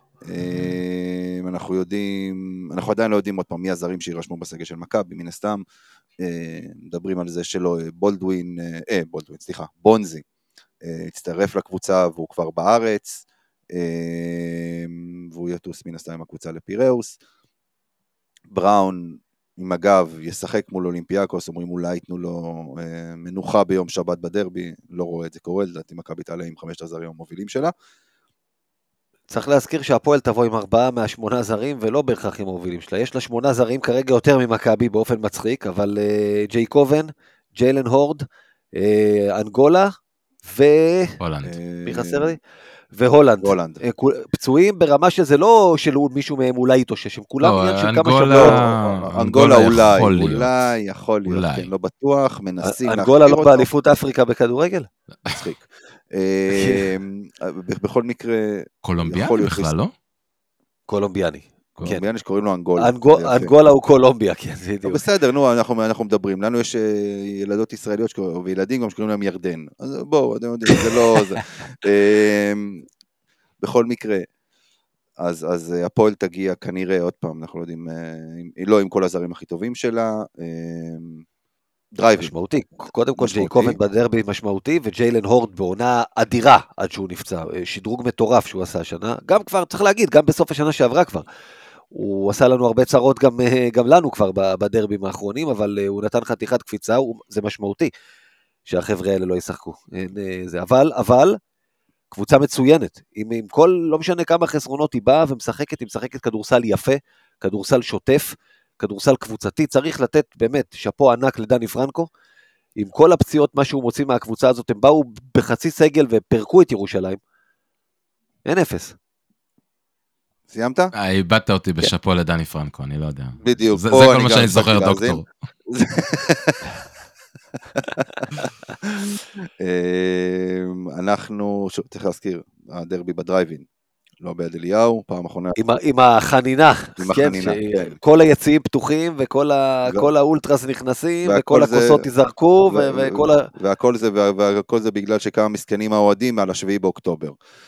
אנחנו יודעים, אנחנו עדיין לא יודעים עוד פעם מי הזרים שירשמו בסגל של מכבי, מן הסתם, מדברים על זה שלא, בולדווין, אה, בולדווין, סליחה, בונזי, הצטרף לקבוצה והוא כבר בארץ, והוא יטוס מן הסתם עם הקבוצה לפיראוס. בראון עם הגב ישחק מול אולימפיאקוס, אומרים אולי יתנו לו אה, מנוחה ביום שבת בדרבי, לא רואה את זה קורה, לדעתי מכבי תעלה עם חמשת הזרים המובילים שלה. צריך להזכיר שהפועל תבוא עם ארבעה מהשמונה זרים, ולא בהכרח עם המובילים שלה. יש לה שמונה זרים כרגע יותר ממכבי באופן מצחיק, אבל uh, ג'יי קובן, ג'יילן הורד, uh, אנגולה, ו... הולנד. מי חסר לי? והולנד. הולנד. Uh, פצועים ברמה שזה לא של מישהו מהם אולי יתאושש, הם כולם עניין של כמה שבועות. אנגולה אולי, אולי יכול להיות, כן, לא בטוח, מנסים... אנגולה לא באליפות אפריקה בכדורגל? מצחיק. בכל מקרה... קולומביאני בכלל, לא? קולומביאני. קולומביאני שקוראים לו אנגולה. אנגולה הוא קולומביה, כן, זה בדיוק. בסדר, נו, אנחנו מדברים. לנו יש ילדות ישראליות וילדים גם שקוראים להם ירדן. אז בואו, אתם יודעים, זה לא... בכל מקרה, אז הפועל תגיע כנראה עוד פעם, אנחנו לא יודעים, לא עם כל הזרים הכי טובים שלה, דרייבים. משמעותי, קודם כל ג'יי קובן בדרבי משמעותי, וג'יילן הורד בעונה אדירה עד שהוא נפצע, שדרוג מטורף שהוא עשה השנה, גם כבר, צריך להגיד, גם בסוף השנה שעברה כבר, הוא עשה לנו הרבה צרות גם, גם לנו כבר בדרבים האחרונים, אבל הוא נתן חתיכת קפיצה, זה משמעותי, שהחבר'ה האלה לא ישחקו, זה, אבל, אבל, קבוצה מצוינת, עם, עם כל, לא משנה כמה חסרונות היא באה ומשחקת, היא משחקת כדורסל יפה, כדורסל שוטף, כדורסל קבוצתי, צריך לתת באמת שפו ענק לדני פרנקו, עם כל הפציעות, מה שהוא מוציא מהקבוצה הזאת, הם באו בחצי סגל ופרקו את ירושלים, אין אפס. סיימת? איבדת אותי בשפו לדני פרנקו, אני לא יודע. בדיוק. זה כל מה שאני זוכר, דוקטור. אנחנו, צריך להזכיר, הדרבי בדרייבין, לא ביד אליהו, פעם אחרונה. עם החנינה, כל היציאים פתוחים, וכל האולטרס נכנסים, וכל הכוסות יזרקו, והכל זה בגלל שכמה מסכנים האוהדים על השביעי באוקטובר.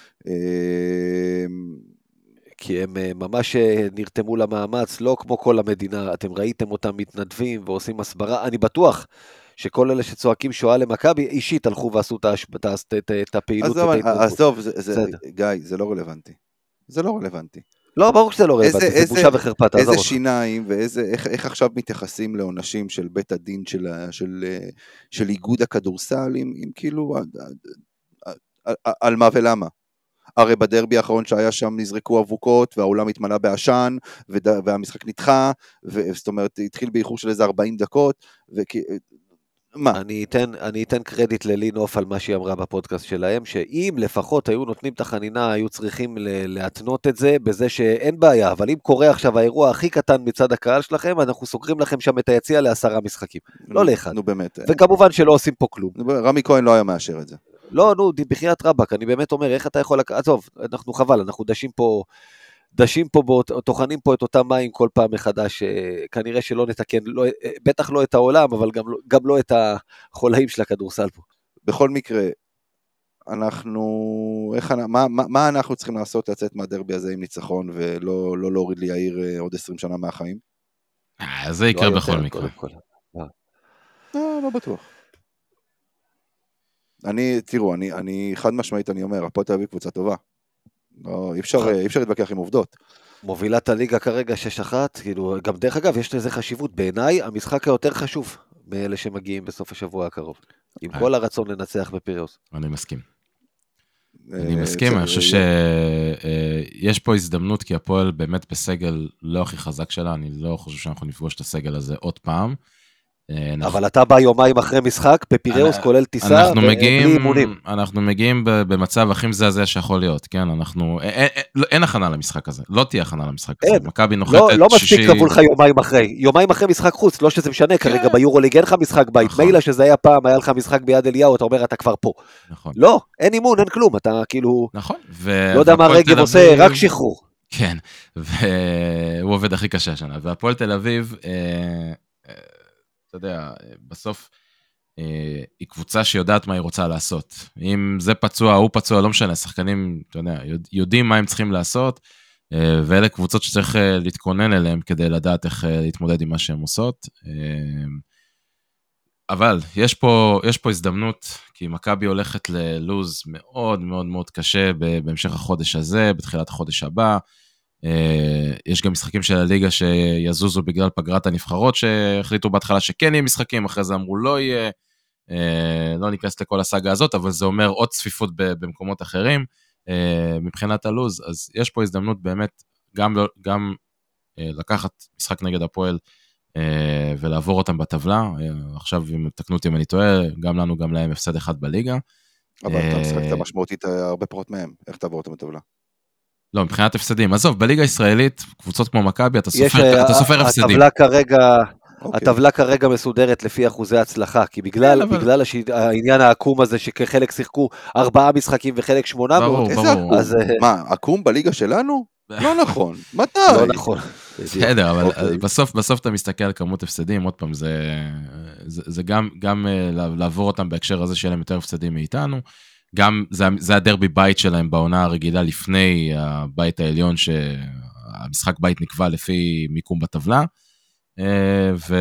כי הם ממש נרתמו למאמץ, לא כמו כל המדינה, אתם ראיתם אותם מתנדבים ועושים הסברה, אני בטוח שכל אלה שצועקים שואה למכבי, אישית הלכו ועשו את הפעילות. עזוב, גיא, זה לא רלוונטי. זה לא רלוונטי. לא, ברור שזה לא רלוונטי, זה בושה וחרפה, תעזוב איזה שיניים, ואיך עכשיו מתייחסים לעונשים של בית הדין של איגוד הכדורסל, עם כאילו, על מה ולמה. הרי בדרבי האחרון שהיה שם נזרקו אבוקות, והאולם התמלא בעשן, והמשחק נדחה, זאת אומרת, התחיל באיחור של איזה ארבעים דקות, מה? אני אתן, אני אתן קרדיט ללינוף על מה שהיא אמרה בפודקאסט שלהם, שאם לפחות היו נותנים את החנינה, היו צריכים להתנות את זה, בזה שאין בעיה, אבל אם קורה עכשיו האירוע הכי קטן מצד הקהל שלכם, אנחנו סוגרים לכם שם את היציאה לעשרה משחקים, לא לאחד. נו באמת. וכמובן שלא עושים פה כלום. רמי כהן לא היה מאשר את זה. לא, נו, בחיית רבק, אני באמת אומר, איך אתה יכול, עזוב, אנחנו חבל, אנחנו דשים פה, דשים פה, תוכנים פה את אותם מים כל פעם מחדש, כנראה שלא נתקן, לא, בטח לא את העולם, אבל גם, גם לא את החולאים של הכדורסל פה. בכל מקרה, אנחנו, איך, מה, מה, מה אנחנו צריכים לעשות לצאת מהדרבי הזה עם ניצחון, ולא לא להוריד לי העיר עוד עשרים שנה מהחיים? זה יקרה בכל מקרה. לא, לא בטוח. אני, תראו, אני, אני חד משמעית, אני אומר, הפועל תל אביב קבוצה טובה. לא, אי אפשר, אי אפשר להתווכח עם עובדות. מובילת הליגה כרגע שש אחת, כאילו, גם דרך אגב, יש לזה חשיבות. בעיניי, המשחק היותר חשוב מאלה שמגיעים בסוף השבוע הקרוב. עם כל הרצון לנצח בפיראוס. אני מסכים. אני מסכים, אני חושב שיש פה הזדמנות, כי הפועל באמת בסגל לא הכי חזק שלה, אני לא חושב שאנחנו נפגוש את הסגל הזה עוד פעם. אבל אתה בא יומיים אחרי משחק, בפיראוס כולל טיסה ובלי אימונים. אנחנו מגיעים במצב הכי מזעזע שיכול להיות, כן, אנחנו, אין הכנה למשחק הזה, לא תהיה הכנה למשחק הזה, מכבי נוחתת שישי. לא מספיק לבוא לך יומיים אחרי, יומיים אחרי משחק חוץ, לא שזה משנה, כרגע ביורוליג אין לך משחק בית, מילא שזה היה פעם, היה לך משחק ביד אליהו, אתה אומר, אתה כבר פה. לא, אין אימון, אין כלום, אתה כאילו, לא יודע מה רגב עושה, רק שחרור. כן, והוא עובד הכי קשה השנה, והפועל תל אביב, אתה יודע, בסוף אה, היא קבוצה שיודעת מה היא רוצה לעשות. אם זה פצוע, הוא פצוע, לא משנה, שחקנים, אתה יודע, יודעים מה הם צריכים לעשות, אה, ואלה קבוצות שצריך אה, להתכונן אליהם כדי לדעת איך אה, להתמודד עם מה שהם עושות. אה, אבל יש פה, יש פה הזדמנות, כי מכבי הולכת ללוז מאוד מאוד מאוד קשה בהמשך החודש הזה, בתחילת החודש הבא, יש גם משחקים של הליגה שיזוזו בגלל פגרת הנבחרות, שהחליטו בהתחלה שכן יהיה משחקים, אחרי זה אמרו לא יהיה, לא ניכנס לכל הסאגה הזאת, אבל זה אומר עוד צפיפות במקומות אחרים, מבחינת הלוז, אז יש פה הזדמנות באמת, גם, גם לקחת משחק נגד הפועל, ולעבור אותם בטבלה, עכשיו אם תקנו אותי אם אני טועה, גם לנו גם להם הפסד אחד בליגה. אבל אתה משחקת משמעותית הרבה פחות מהם, איך תעבור אותם בטבלה? לא, מבחינת הפסדים, עזוב, בליגה הישראלית, קבוצות כמו מכבי, אתה סופר, אתה סופר הפסדים. הטבלה כרגע, הטבלה כרגע מסודרת לפי אחוזי הצלחה, כי בגלל, בגלל העניין העקום הזה, שכחלק שיחקו ארבעה משחקים וחלק שמונה מאות, איזה עקום? מה, עקום בליגה שלנו? לא נכון, מתי? לא נכון. בסדר, אבל בסוף, בסוף אתה מסתכל על כמות הפסדים, עוד פעם, זה גם, גם לעבור אותם בהקשר הזה שלהם יותר הפסדים מאיתנו, גם זה, זה הדרבי בית שלהם בעונה הרגילה לפני הבית העליון, שהמשחק בית נקבע לפי מיקום בטבלה, ו,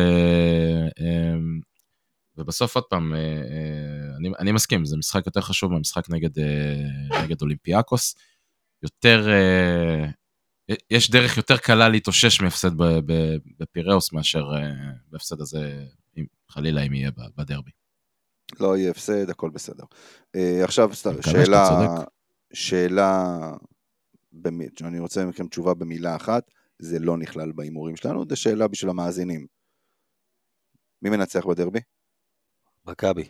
ובסוף עוד פעם, אני, אני מסכים, זה משחק יותר חשוב מהמשחק נגד, נגד אולימפיאקוס, יותר, יש דרך יותר קלה להתאושש מהפסד בפיראוס, מאשר בהפסד הזה, חלילה אם יהיה בדרבי. לא יהיה הפסד, הכל בסדר. עכשיו, שאלה, שאלה, אני רוצה מכם תשובה במילה אחת, זה לא נכלל באימורים שלנו, זה שאלה בשביל המאזינים. מי מנצח בדרבי? מכבי.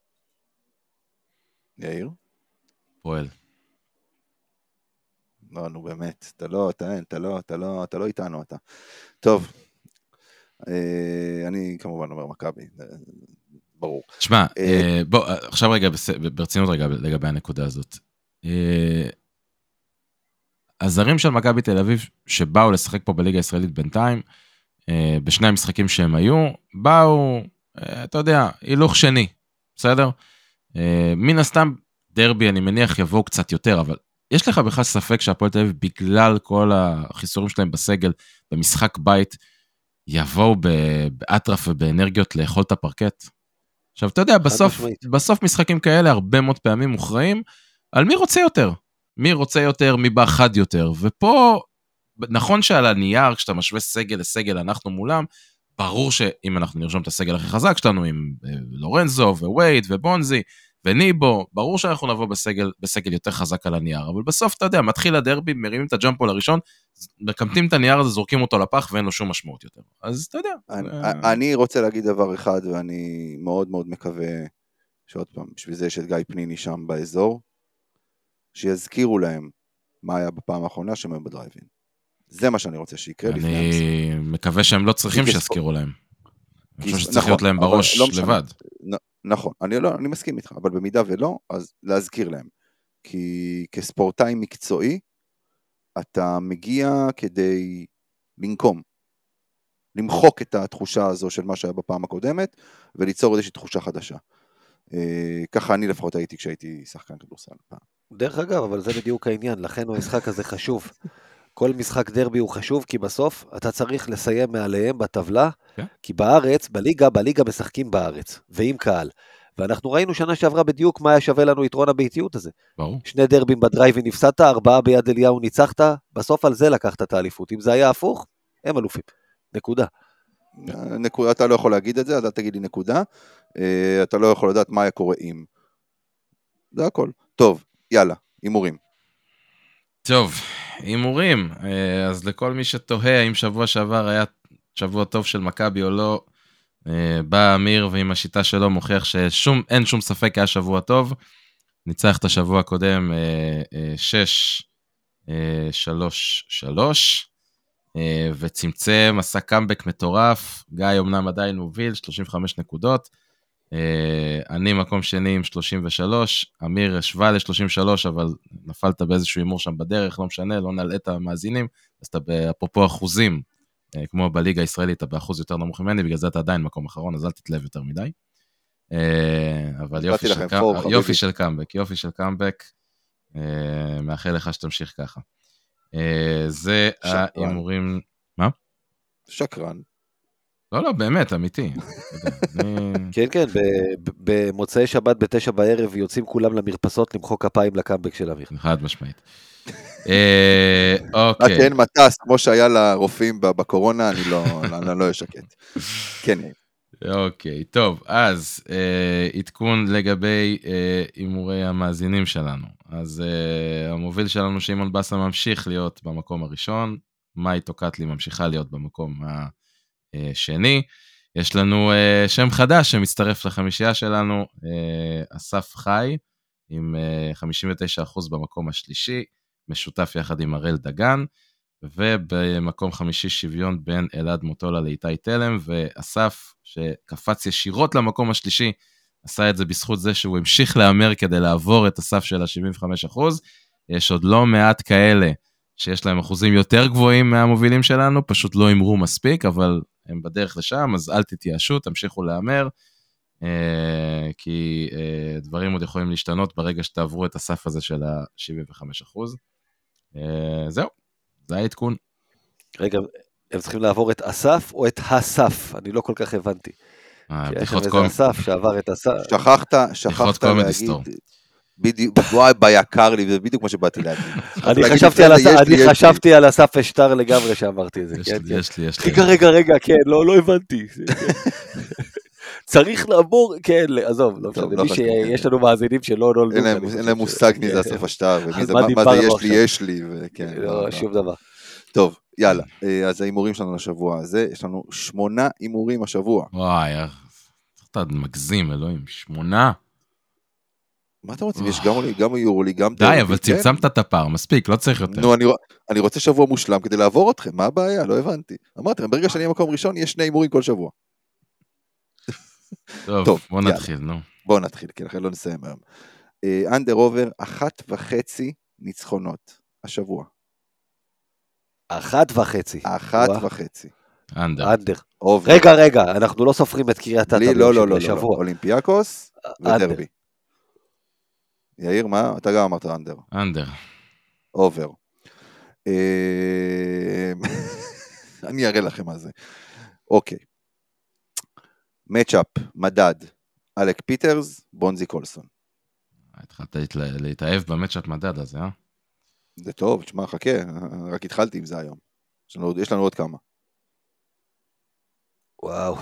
יאיר? פועל. לא, נו באמת, אתה לא, אתה אין, אתה לא, אתה לא, אתה לא איתנו, אתה. טוב, אני כמובן אומר מכבי, ברור. תשמע, בוא, עכשיו רגע, ברצינות רגע לגבי הנקודה הזאת. הזרים של מכבי תל אביב, שבאו לשחק פה בליגה הישראלית בינתיים, בשני המשחקים שהם היו, באו, אתה יודע, הילוך שני, בסדר? מן הסתם, דרבי, אני מניח, יבואו קצת יותר, אבל יש לך בכלל ספק שהפועל תל אביב, בגלל כל החיסורים שלהם בסגל, במשחק בית, יבואו באטרף ובאנרגיות לאכול את הפרקט? עכשיו, אתה יודע, בסוף, בסוף משחקים כאלה, הרבה מאוד פעמים מוכרעים, על מי רוצה יותר? מי רוצה יותר, מי בא חד יותר? ופה, נכון שעל הנייר, כשאתה משווה סגל לסגל, אנחנו מולם, ברור שאם אנחנו נרשום את הסגל הכי חזק שלנו, עם לורנזו ווייד ובונזי וניבו, ברור שאנחנו נבוא בסגל, בסגל יותר חזק על הנייר, אבל בסוף, אתה יודע, מתחיל הדרבי, מרימים את הג'אמפול הראשון, מקמטים את הנייר הזה, זורקים אותו לפח, ואין לו שום משמעות יותר. אז אתה יודע. אני, אני רוצה להגיד דבר אחד, ואני מאוד מאוד מקווה, שעוד פעם, בשביל זה יש את גיא פניני שם באזור, שיזכירו להם מה היה בפעם האחרונה שהם היו בדרייבין. זה מה שאני רוצה שיקרה לפני המשחק. אני מקווה שהם לא צריכים שיזכירו להם. אני חושב שצריך להיות להם בראש לבד. נכון, אני לא, אני מסכים איתך, אבל במידה ולא, אז להזכיר להם. כי כספורטאי מקצועי, אתה מגיע כדי לנקום, למחוק את התחושה הזו של מה שהיה בפעם הקודמת, וליצור איזושהי תחושה חדשה. ככה אני לפחות הייתי כשהייתי שחקן כדורסל פעם. דרך אגב, אבל זה בדיוק העניין, לכן המשחק הזה חשוב. כל משחק דרבי הוא חשוב, כי בסוף אתה צריך לסיים מעליהם בטבלה, okay. כי בארץ, בליגה, בליגה משחקים בארץ, ועם קהל. ואנחנו ראינו שנה שעברה בדיוק מה היה שווה לנו יתרון הביתיות הזה. ברור. שני דרבים בדרייבין נפסדת, ארבעה ביד אליהו ניצחת, בסוף על זה לקחת את האליפות. אם זה היה הפוך, הם אלופים. נקודה. נקודה, אתה לא יכול להגיד את זה, אז אל תגיד לי נקודה. אתה לא יכול לדעת מה היה קורה עם. זה הכל. טוב, יאללה, הימורים. טוב, הימורים. אז לכל מי שתוהה אם שבוע שעבר היה שבוע טוב של מכבי או לא, בא אמיר ועם השיטה שלו מוכיח שאין שום ספק היה שבוע טוב. ניצח את השבוע הקודם שש שלוש שלוש, וצמצם, עשה קאמבק מטורף. גיא אמנם עדיין מוביל, שלושים וחמש נקודות. אני מקום שני עם שלושים ושלוש, אמיר השווה ל-שלושים ושלוש, אבל נפלת באיזשהו אימור שם בדרך, לא משנה, לא נעלה את המאזינים, אז אתה באפרופו אחוזים, כמו בליגה הישראלית, אתה באחוז יותר נמוך ממני, בגלל זה אתה עדיין מקום אחרון, אז אל תתלב יותר מדי. אבל יופי של, קאמבק, יופי של קאמבק, יופי של קאמבק, מאחל לך שתמשיך ככה. זה האימורים... מה? שקרן. לא, לא, באמת, אמיתי. כן, כן, במוצאי שבת בתשע בערב יוצאים כולם למרפסות למחוא כפיים לקאמבק של אמיר. חד משמעית. אוקיי. רק אין מטס, כמו שהיה לרופאים בקורונה, אני לא אשקט. כן. אוקיי, טוב, אז עדכון לגבי אימורי המאזינים שלנו. אז המוביל שלנו, שמעון בסה, ממשיך להיות במקום הראשון, מאי טוקטלי ממשיכה להיות במקום השני. יש לנו שם חדש שמצטרף לחמישייה שלנו, אסף חי, עם חמישים ותשעה אחוז במקום השלישי, משותף יחד עם הראל דגן, ובמקום חמישי שוויון בין אלעד מוטולה לאיתי תלם, ואסף שקפץ ישירות למקום השלישי, עשה את זה בזכות זה שהוא המשיך לאמר כדי לעבור את הסף של ה-שבעים וחמישה אחוז. יש עוד לא מעט כאלה שיש להם אחוזים יותר גבוהים מהמובילים שלנו, פשוט לא אמרו מספיק, אבל הם בדרך לשם, אז אל תתייאשו, תמשיכו לאמר, כי דברים עוד יכולים להשתנות ברגע שתעברו את הסף הזה של ה-שבעים וחמישה אחוז. זהו, זה העדכון. רגע, הם צריכים לעבור את אסף או את הסף? אני לא כל כך הבנתי. בדיחות קומי. אסף שעבר את הסף. שכחת, שכחת להגיד, בדיוק, וואי, ביקר לי, זה בדיוק מה שבאתי להגיד. אני חשבתי על אסף אשטר לגמרי שאמרתי את זה. יש לי, יש לי. רגע, רגע, רגע, כן, לא הבנתי. צריך לעבור, כן, עזוב, לא משנה, מי שיש לנו מאזינים שלא נולדו. אין להם מושג מי זה אסף אשטר, ומה זה יש לי, יש לי, וכן. לא, שום דבר. טוב, יאללה, אז האימורים שלנו לשבוע הזה, יש לנו שמונה אימורים השבוע. וואי, אתה מגזים, אלוהים, שמונה? מה אתה רוצים? יש גם יורולי, גם... די, אבל צמצמת את הפער, מספיק, לא צריך יותר. נו, אני רוצה שבוע מושלם כדי לעבור אתכם, מה הבעיה? לא הבנתי. אמרתי, ברגע שאני אהיה מקום ראשון, יש שני אימורים כל שבוע. טוב, בוא נתחיל, נו. בוא נתחיל, כי לכן לא נסיים היום. אנדר עובר, אחת וחצי ניצחונות השבוע. אחת וחצי. אחת וחצי. אנדר. אנדר. רגע, רגע, אנחנו לא סופרים את קריית אתא. לא, לא, לא, לא. אולימפיאקוס ודרבי. יאיר, מה? אתה גם אמרת אנדר. אנדר. אובר. אני אראה לכם מה זה. אוקיי. מצ'אפ, מדד, אלק פיטרס, בונזי קולסון. התחלת להתאהב במצ'אפ מדד הזה, אה? זה טוב, תשמע, חכה, רק התחלתי עם זה היום. יש לנו, יש לנו עוד כמה. וואו.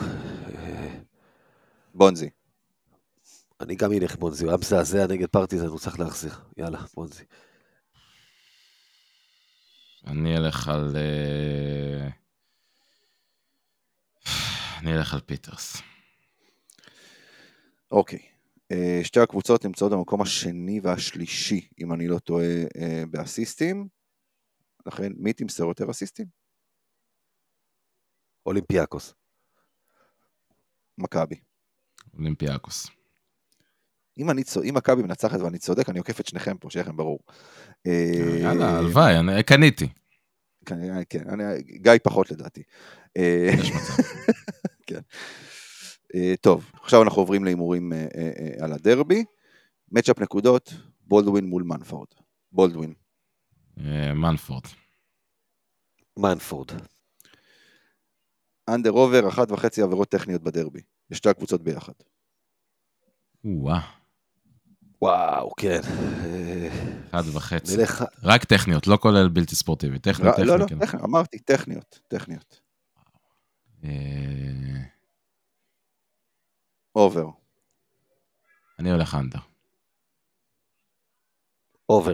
בונזי. אני גם ילך בונזי, הוא היה מזעזע נגד פרטיזן, הוא צריך להחזיר. יאללה, בונזי. אני אלך על... אני אלך על פיטרס. אוקיי. שתי הקבוצות נמצאות במקום השני והשלישי, אם אני לא טועה, באסיסטים. לכן, מי תמסר יותר אסיסטים? אולימפיאקוס. מכבי. אולימפיאקוס. אם אני אם מכבי מנצחת ואני צודק, אני עוקף את שניכם פה, שיהיה לכם ברור. יאללה, הלוואי, אני קניתי. כן, גיא פחות לדעתי. יש מצב. כן. טוב, עכשיו אנחנו עוברים לאימורים על הדרבי. מצ'אפ נקודות, בולדווין מול מנפורד. בולדווין. מנפורד. מנפורד. אנדר עובר, אחת וחצי עבירות טכניות בדרבי. יש שתי הקבוצות ביחד. וואו. וואו, כן. אחד וחצי. רק טכניות, לא כולל בלתי ספורטיבי. טכניות, לא, לא, אמרתי, טכניות, טכניות. אובר. אני הולך אנדר. אובר.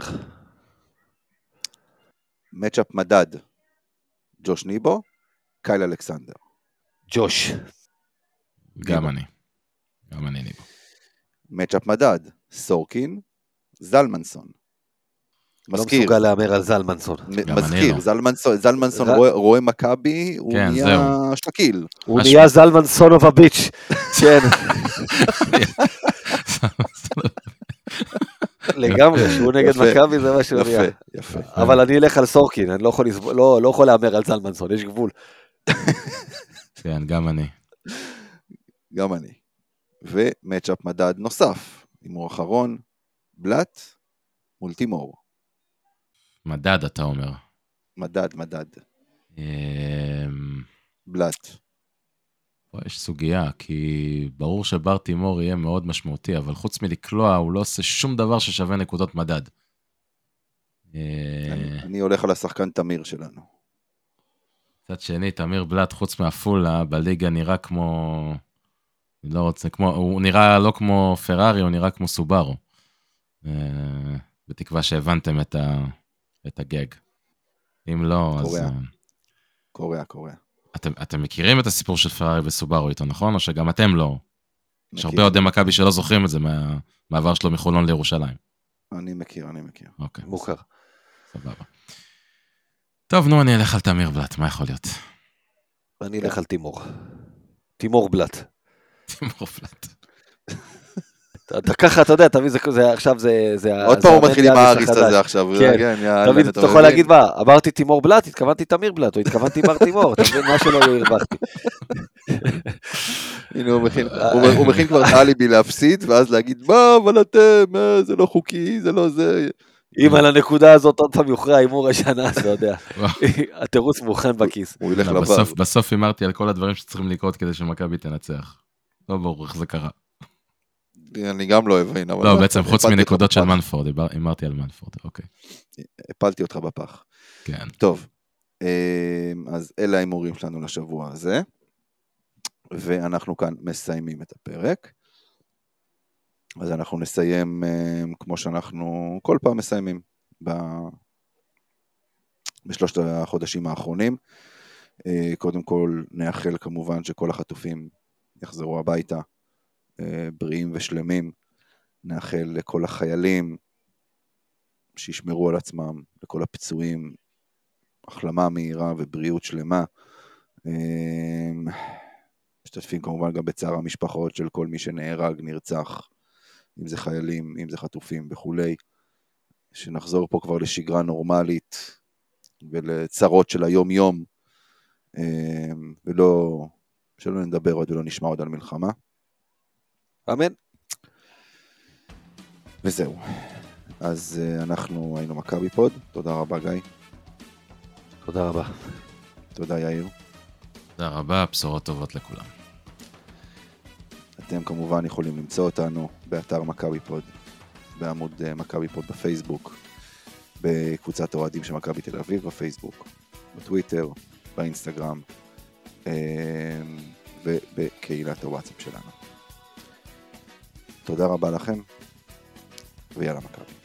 מצ'אפ מדד. ג'וש ניבו, קייל אלכסנדר. ג'וש. גם אני. גם אני ניבו. מצ'אפ מדד. סורקין, זלמנסון. לא מסוגל לאמר על זלמנסון. מזכיר, זלמנסון רואה מכבי, הוא נהיה שקיל. הוא נהיה זלמנסון אוף הביץ'. כן. לגמרי, שהוא נגד מכבי זה מה שהוא נהיה. יפה, יפה. אבל אני אלך על סורקין, אני לא יכול לאמר על זלמנסון, יש גבול. כן, גם אני. גם אני. ומצ'אפ מדד נוסף, הימור אחרון, בלט מול טימור. מדד אתה אומר. מדד, מדד. בלט. פה יש סוגיה, כי ברור שבר טימור יהיה מאוד משמעותי, אבל חוץ מלקלוע, הוא לא עושה שום דבר ששווה נקודות מדד. אני הולך על השחקן תמיר שלנו. קצת שני, תמיר בלט, חוץ מהפולה, בליגה נראה כמו... אני לא רוצה, כמו... הוא נראה לא כמו פרארי, הוא נראה כמו סובארו. בתקווה שהבנתם את, ה... את הגג. אם לא, קורא. אז... קורא, קורא. אתם, אתם מכירים את הסיפור של פרארי וסובארו איתו, נכון? או שגם אתם לא? יש הרבה אוהדי מכבי שלא זוכרים את זה מהמעבר שלו מחולון לירושלים. אני מכיר, אני מכיר. אוקיי. מוכר. סבבה. טוב, נו, אני אלך על תמיר בלט, מה יכול להיות? אני אלך על תימור. תימור בלט. תימור בלט. אתה ככה, אתה יודע, תביא, עכשיו זה... עוד פעם הוא מתחיל עם האריסט הזה עכשיו. כן, תביא, אתה יכול להגיד מה, אמרתי תימור בלט, התכוונתי תמיר בלט, או התכוונתי מר תימור, אתה מבין מה שלא הרווחתי. הנה הוא מכין כבר אליבי להפסיד, ואז להגיד, מה, אבל אתם, זה לא חוקי, זה לא זה... אם על הנקודה הזאת עוד פעם יוכרע הימור השנה, אתה יודע, התירוץ מוכן בכיס. הוא ילך לבר. בסוף אמרתי על כל הדברים שצריכים לקרות כדי שמכבי תנצח. לא ברור איך זה קרה. אני גם לא אבין. לא, בעצם חוץ מנקודות של מנפורד, אמרתי על מנפורד, אוקיי. הפלתי אותך בפח. כן. טוב, אז אלה ההימורים שלנו לשבוע הזה, ואנחנו כאן מסיימים את הפרק. אז אנחנו נסיים כמו שאנחנו כל פעם מסיימים בשלושת החודשים האחרונים. קודם כל נאחל כמובן שכל החטופים יחזרו הביתה בריאים ושלמים. נאחל לכל החיילים שישמרו על עצמם, לכל הפצועים החלמה מהירה ובריאות שלמה. משתתפים כמובן גם בצער המשפחות של כל מי שנהרג, נרצח, אם זה חיילים, אם זה חטופים וכולי, שנחזור פה כבר לשגרה נורמלית ולצרות של היום יום, ולא, שלא נדבר עוד ולא נשמע עוד על מלחמה. אמן. וזהו. אז אנחנו היינו מכבי פוד, תודה רבה גיא. תודה רבה. תודה יאיר. תודה רבה, בשורות טובות לכולם. אתם כמובן יכולים למצוא אותנו באתר מכבי פוד, בעמוד מכבי פוד בפייסבוק, בקבוצת אוהדים של מכבי תל אביב בפייסבוק, בטוויטר, באינסטגרם, ובקהילת הוואטסאפ שלנו. תודה רבה לכם, ויאללה מכבי.